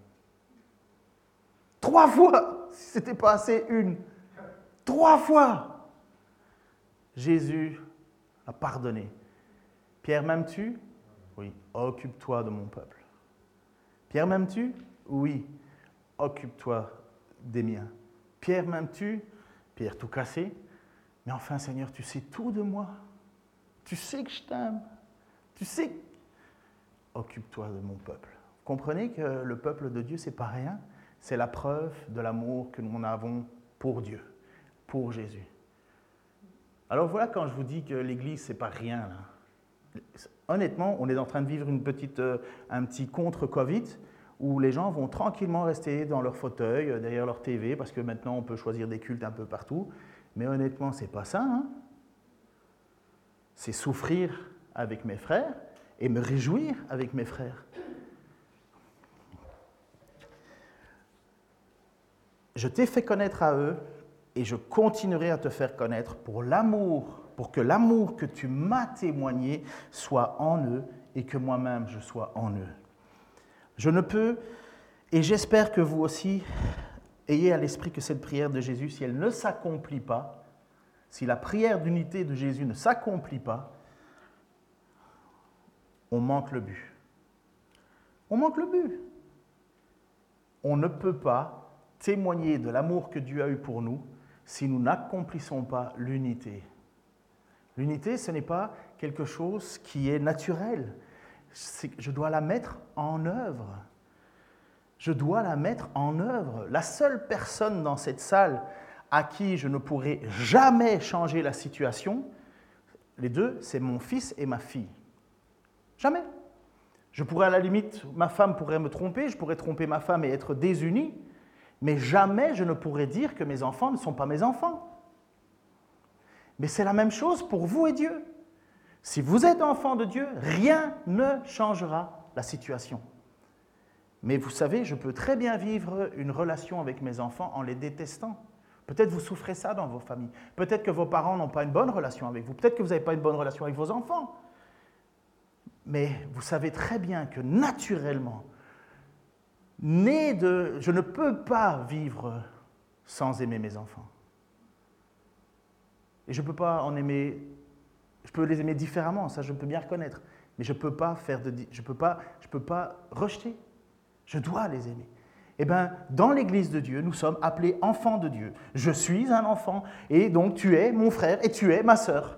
Speaker 2: 3 fois, si ce n'était pas assez, 3 fois. Jésus a pardonné. Pierre, m'aimes-tu? Oui. Occupe-toi de mon peuple. Pierre, m'aimes-tu? Oui. Occupe-toi des miens. Pierre, m'aimes-tu? Pierre, tout cassé. Mais enfin, Seigneur, tu sais tout de moi. Tu sais que je t'aime. Tu sais. Occupe-toi de mon peuple. Vous comprenez que le peuple de Dieu, c'est pas rien. C'est la preuve de l'amour que nous avons pour Dieu, pour Jésus. Alors voilà, quand je vous dis que l'Église, c'est pas rien, là. Honnêtement, on est en train de vivre un petit contre-Covid où les gens vont tranquillement rester dans leur fauteuil, derrière leur TV, parce que maintenant, on peut choisir des cultes un peu partout. Mais honnêtement, c'est pas ça, hein. C'est souffrir avec mes frères et me réjouir avec mes frères. Je t'ai fait connaître à eux, et je continuerai à te faire connaître pour que l'amour que tu m'as témoigné soit en eux et que moi-même je sois en eux. Je ne peux, et j'espère que vous aussi, ayez à l'esprit que cette prière de Jésus, si elle ne s'accomplit pas, si la prière d'unité de Jésus ne s'accomplit pas, on manque le but. On manque le but. On ne peut pas témoigner de l'amour que Dieu a eu pour nous si nous n'accomplissons pas l'unité. L'unité, ce n'est pas quelque chose qui est naturel. Je dois la mettre en œuvre. Je dois la mettre en œuvre. La seule personne dans cette salle à qui je ne pourrai jamais changer la situation, les deux, c'est mon fils et ma fille. Jamais. Je pourrais à la limite, ma femme pourrait me tromper, je pourrais tromper ma femme et être désunis, mais jamais je ne pourrais dire que mes enfants ne sont pas mes enfants. Mais c'est la même chose pour vous et Dieu. Si vous êtes enfant de Dieu, rien ne changera la situation. Mais vous savez, je peux très bien vivre une relation avec mes enfants en les détestant. Peut-être vous souffrez ça dans vos familles. Peut-être que vos parents n'ont pas une bonne relation avec vous. Peut-être que vous n'avez pas une bonne relation avec vos enfants. Mais vous savez très bien que naturellement, je ne peux pas vivre sans aimer mes enfants. Et je ne peux pas en aimer, je peux les aimer différemment, ça je peux bien reconnaître. Mais je ne peux pas je peux pas rejeter. Je dois les aimer. Eh bien, dans l'Église de Dieu, nous sommes appelés enfants de Dieu. Je suis un enfant, et donc tu es mon frère et tu es ma sœur.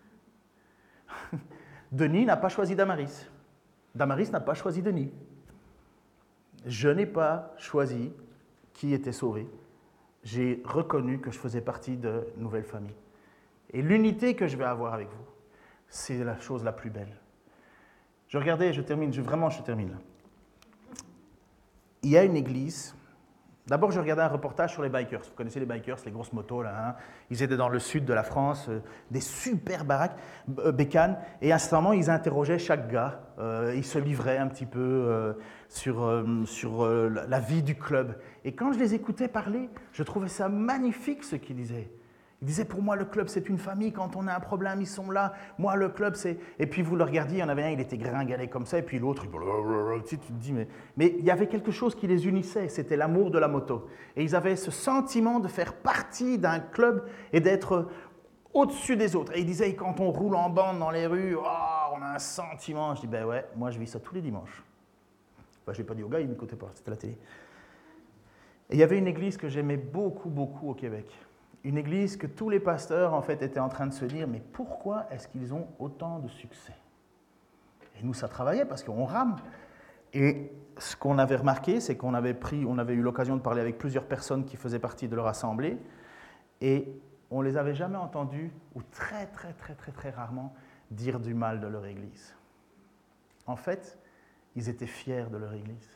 Speaker 2: Denis n'a pas choisi Damaris. Damaris n'a pas choisi Denis. Je n'ai pas choisi qui était sauvé. J'ai reconnu que je faisais partie de nouvelle famille. Et l'unité que je vais avoir avec vous, c'est la chose la plus belle. Je regardais, je termine là. Il y a une église. D'abord, je regardais un reportage sur les bikers. Vous connaissez les bikers, les grosses motos, là. Hein. Ils étaient dans le sud de la France, des super baraques, bécanes. Et à ce moment, ils interrogeaient chaque gars. Ils se livraient un petit peu sur la vie du club. Et quand je les écoutais parler, je trouvais ça magnifique ce qu'ils disaient. Ils disaient, pour moi, le club, c'est une famille. Quand on a un problème, ils sont là. Moi, le club, c'est... Et puis, vous le regardiez, il y en avait un, il était gringalé comme ça. Et puis l'autre, tu te dis, mais il y avait quelque chose qui les unissait. C'était l'amour de la moto. Et ils avaient ce sentiment de faire partie d'un club et d'être au-dessus des autres. Et ils disaient, quand on roule en bande dans les rues, oh, on a un sentiment. Je dis, ben ouais, moi, je vis ça tous les dimanches. Enfin, je n'ai pas dit au gars, il ne m'écoutait pas, c'était la télé. Et il y avait une église que j'aimais beaucoup, beaucoup au Québec. Une église que tous les pasteurs, en fait, étaient en train de se dire, mais pourquoi est-ce qu'ils ont autant de succès? Et nous, ça travaillait parce qu'on rame. Et ce qu'on avait remarqué, c'est qu'on avait eu l'occasion de parler avec plusieurs personnes qui faisaient partie de leur assemblée, et on ne les avait jamais entendus, ou très, très, très, très, très rarement, dire du mal de leur église. En fait, ils étaient fiers de leur église.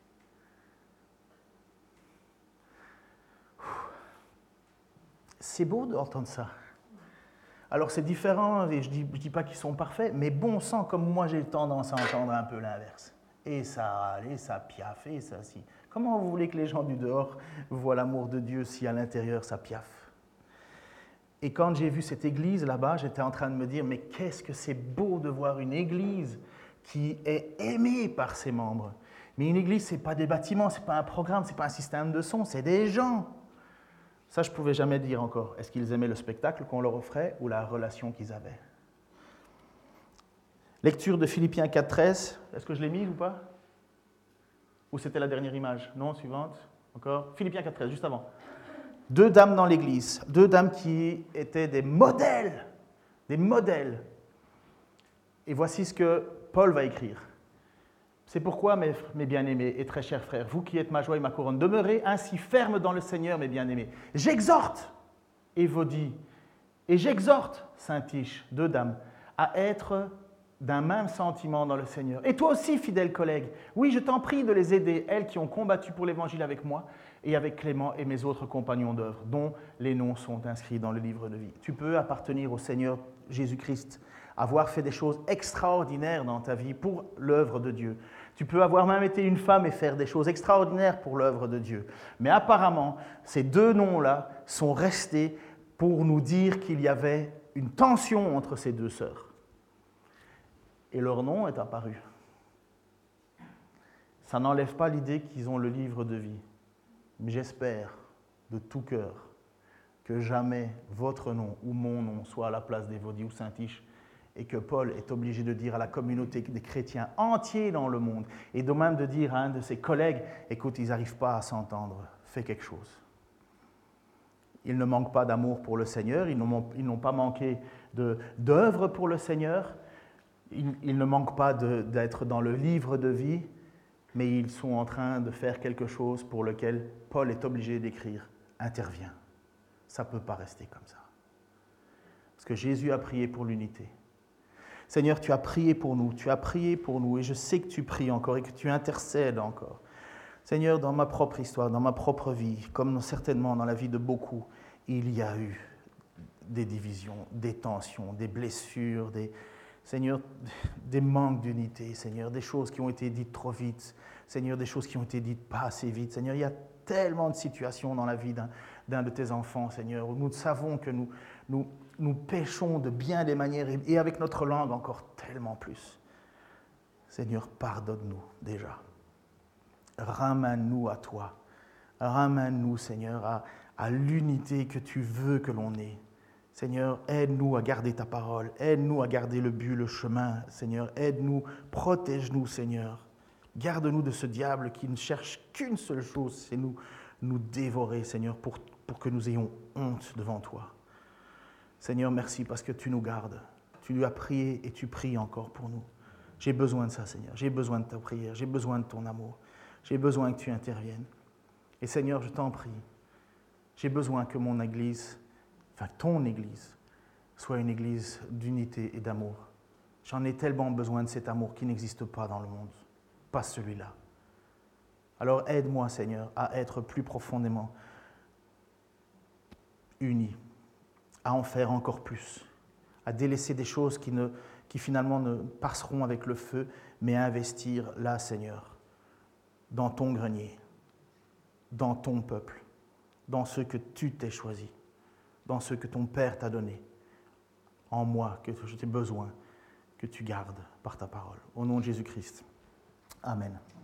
Speaker 2: C'est beau d'entendre ça. Alors c'est différent, et je dis pas qu'ils sont parfaits, mais bon sang, comme moi j'ai tendance à entendre un peu l'inverse. Et ça râle, et ça piaffe, et ça si. Comment vous voulez que les gens du dehors voient l'amour de Dieu si à l'intérieur ça piaffe? Et quand j'ai vu cette église là-bas, j'étais en train de me dire, mais qu'est-ce que c'est beau de voir une église qui est aimée par ses membres. Mais une église, ce n'est pas des bâtiments, ce n'est pas un programme, ce n'est pas un système de son, c'est des gens. Ça, je ne pouvais jamais dire encore. Est-ce qu'ils aimaient le spectacle qu'on leur offrait ou la relation qu'ils avaient? Lecture de Philippiens 4.13. Est-ce que je l'ai mise ou pas? Ou c'était la dernière image? Non, suivante. Encore. Philippiens 4.13, juste avant. 2 dames dans l'église. 2 dames qui étaient des modèles. Des modèles. Et voici ce que Paul va écrire. C'est pourquoi, mes bien-aimés et très chers frères, vous qui êtes ma joie et ma couronne, demeurez ainsi fermes dans le Seigneur, mes bien-aimés. J'exhorte Évodie et j'exhorte Syntyche, 2 dames, à être d'un même sentiment dans le Seigneur. Et toi aussi, fidèle collègue, oui, je t'en prie de les aider, elles qui ont combattu pour l'Évangile avec moi et avec Clément et mes autres compagnons d'œuvre, dont les noms sont inscrits dans le livre de vie. Tu peux appartenir au Seigneur Jésus-Christ, avoir fait des choses extraordinaires dans ta vie pour l'œuvre de Dieu. Tu peux avoir même été une femme et faire des choses extraordinaires pour l'œuvre de Dieu. Mais apparemment, ces 2 noms-là sont restés pour nous dire qu'il y avait une tension entre ces 2 sœurs. Et leur nom est apparu. Ça n'enlève pas l'idée qu'ils ont le livre de vie. Mais j'espère de tout cœur que jamais votre nom ou mon nom soit à la place d'Évodie ou Syntyche, et que Paul est obligé de dire à la communauté des chrétiens entiers dans le monde, et de même de dire à un de ses collègues, écoute, ils n'arrivent pas à s'entendre, fais quelque chose. Ils ne manquent pas d'amour pour le Seigneur, ils n'ont pas manqué d'œuvre pour le Seigneur, ils ne manquent pas d'être dans le livre de vie, mais ils sont en train de faire quelque chose pour lequel Paul est obligé d'écrire, intervient. Ça ne peut pas rester comme ça. Parce que Jésus a prié pour l'unité. Seigneur, tu as prié pour nous, et je sais que tu pries encore et que tu intercèdes encore. Seigneur, dans ma propre histoire, dans ma propre vie, comme certainement dans la vie de beaucoup, il y a eu des divisions, des tensions, des blessures, Seigneur, des manques d'unité, Seigneur, des choses qui ont été dites trop vite, Seigneur, des choses qui ont été dites pas assez vite. Seigneur, il y a tellement de situations dans la vie d'un de tes enfants, Seigneur, où nous savons que nous péchons de bien des manières et avec notre langue encore tellement plus. Seigneur, pardonne-nous déjà. Ramène-nous à toi. Ramène-nous, Seigneur, à l'unité que tu veux que l'on ait. Seigneur, aide-nous à garder ta parole. Aide-nous à garder le but, le chemin. Seigneur, aide-nous, protège-nous, Seigneur. Garde-nous de ce diable qui ne cherche qu'une seule chose, c'est nous dévorer, Seigneur, pour que nous ayons honte devant toi. Seigneur, merci parce que tu nous gardes. Tu lui as prié et tu pries encore pour nous. J'ai besoin de ça, Seigneur. J'ai besoin de ta prière. J'ai besoin de ton amour. J'ai besoin que tu interviennes. Et Seigneur, je t'en prie, j'ai besoin que mon Église, ton Église, soit une Église d'unité et d'amour. J'en ai tellement besoin de cet amour qui n'existe pas dans le monde, pas celui-là. Alors aide-moi, Seigneur, à être plus profondément unis, à en faire encore plus, à délaisser des choses qui finalement ne passeront avec le feu, mais à investir là, Seigneur, dans ton grenier, dans ton peuple, dans ceux que tu t'es choisi, dans ceux que ton Père t'a donné, en moi, que j'ai besoin, que tu gardes par ta parole. Au nom de Jésus-Christ. Amen.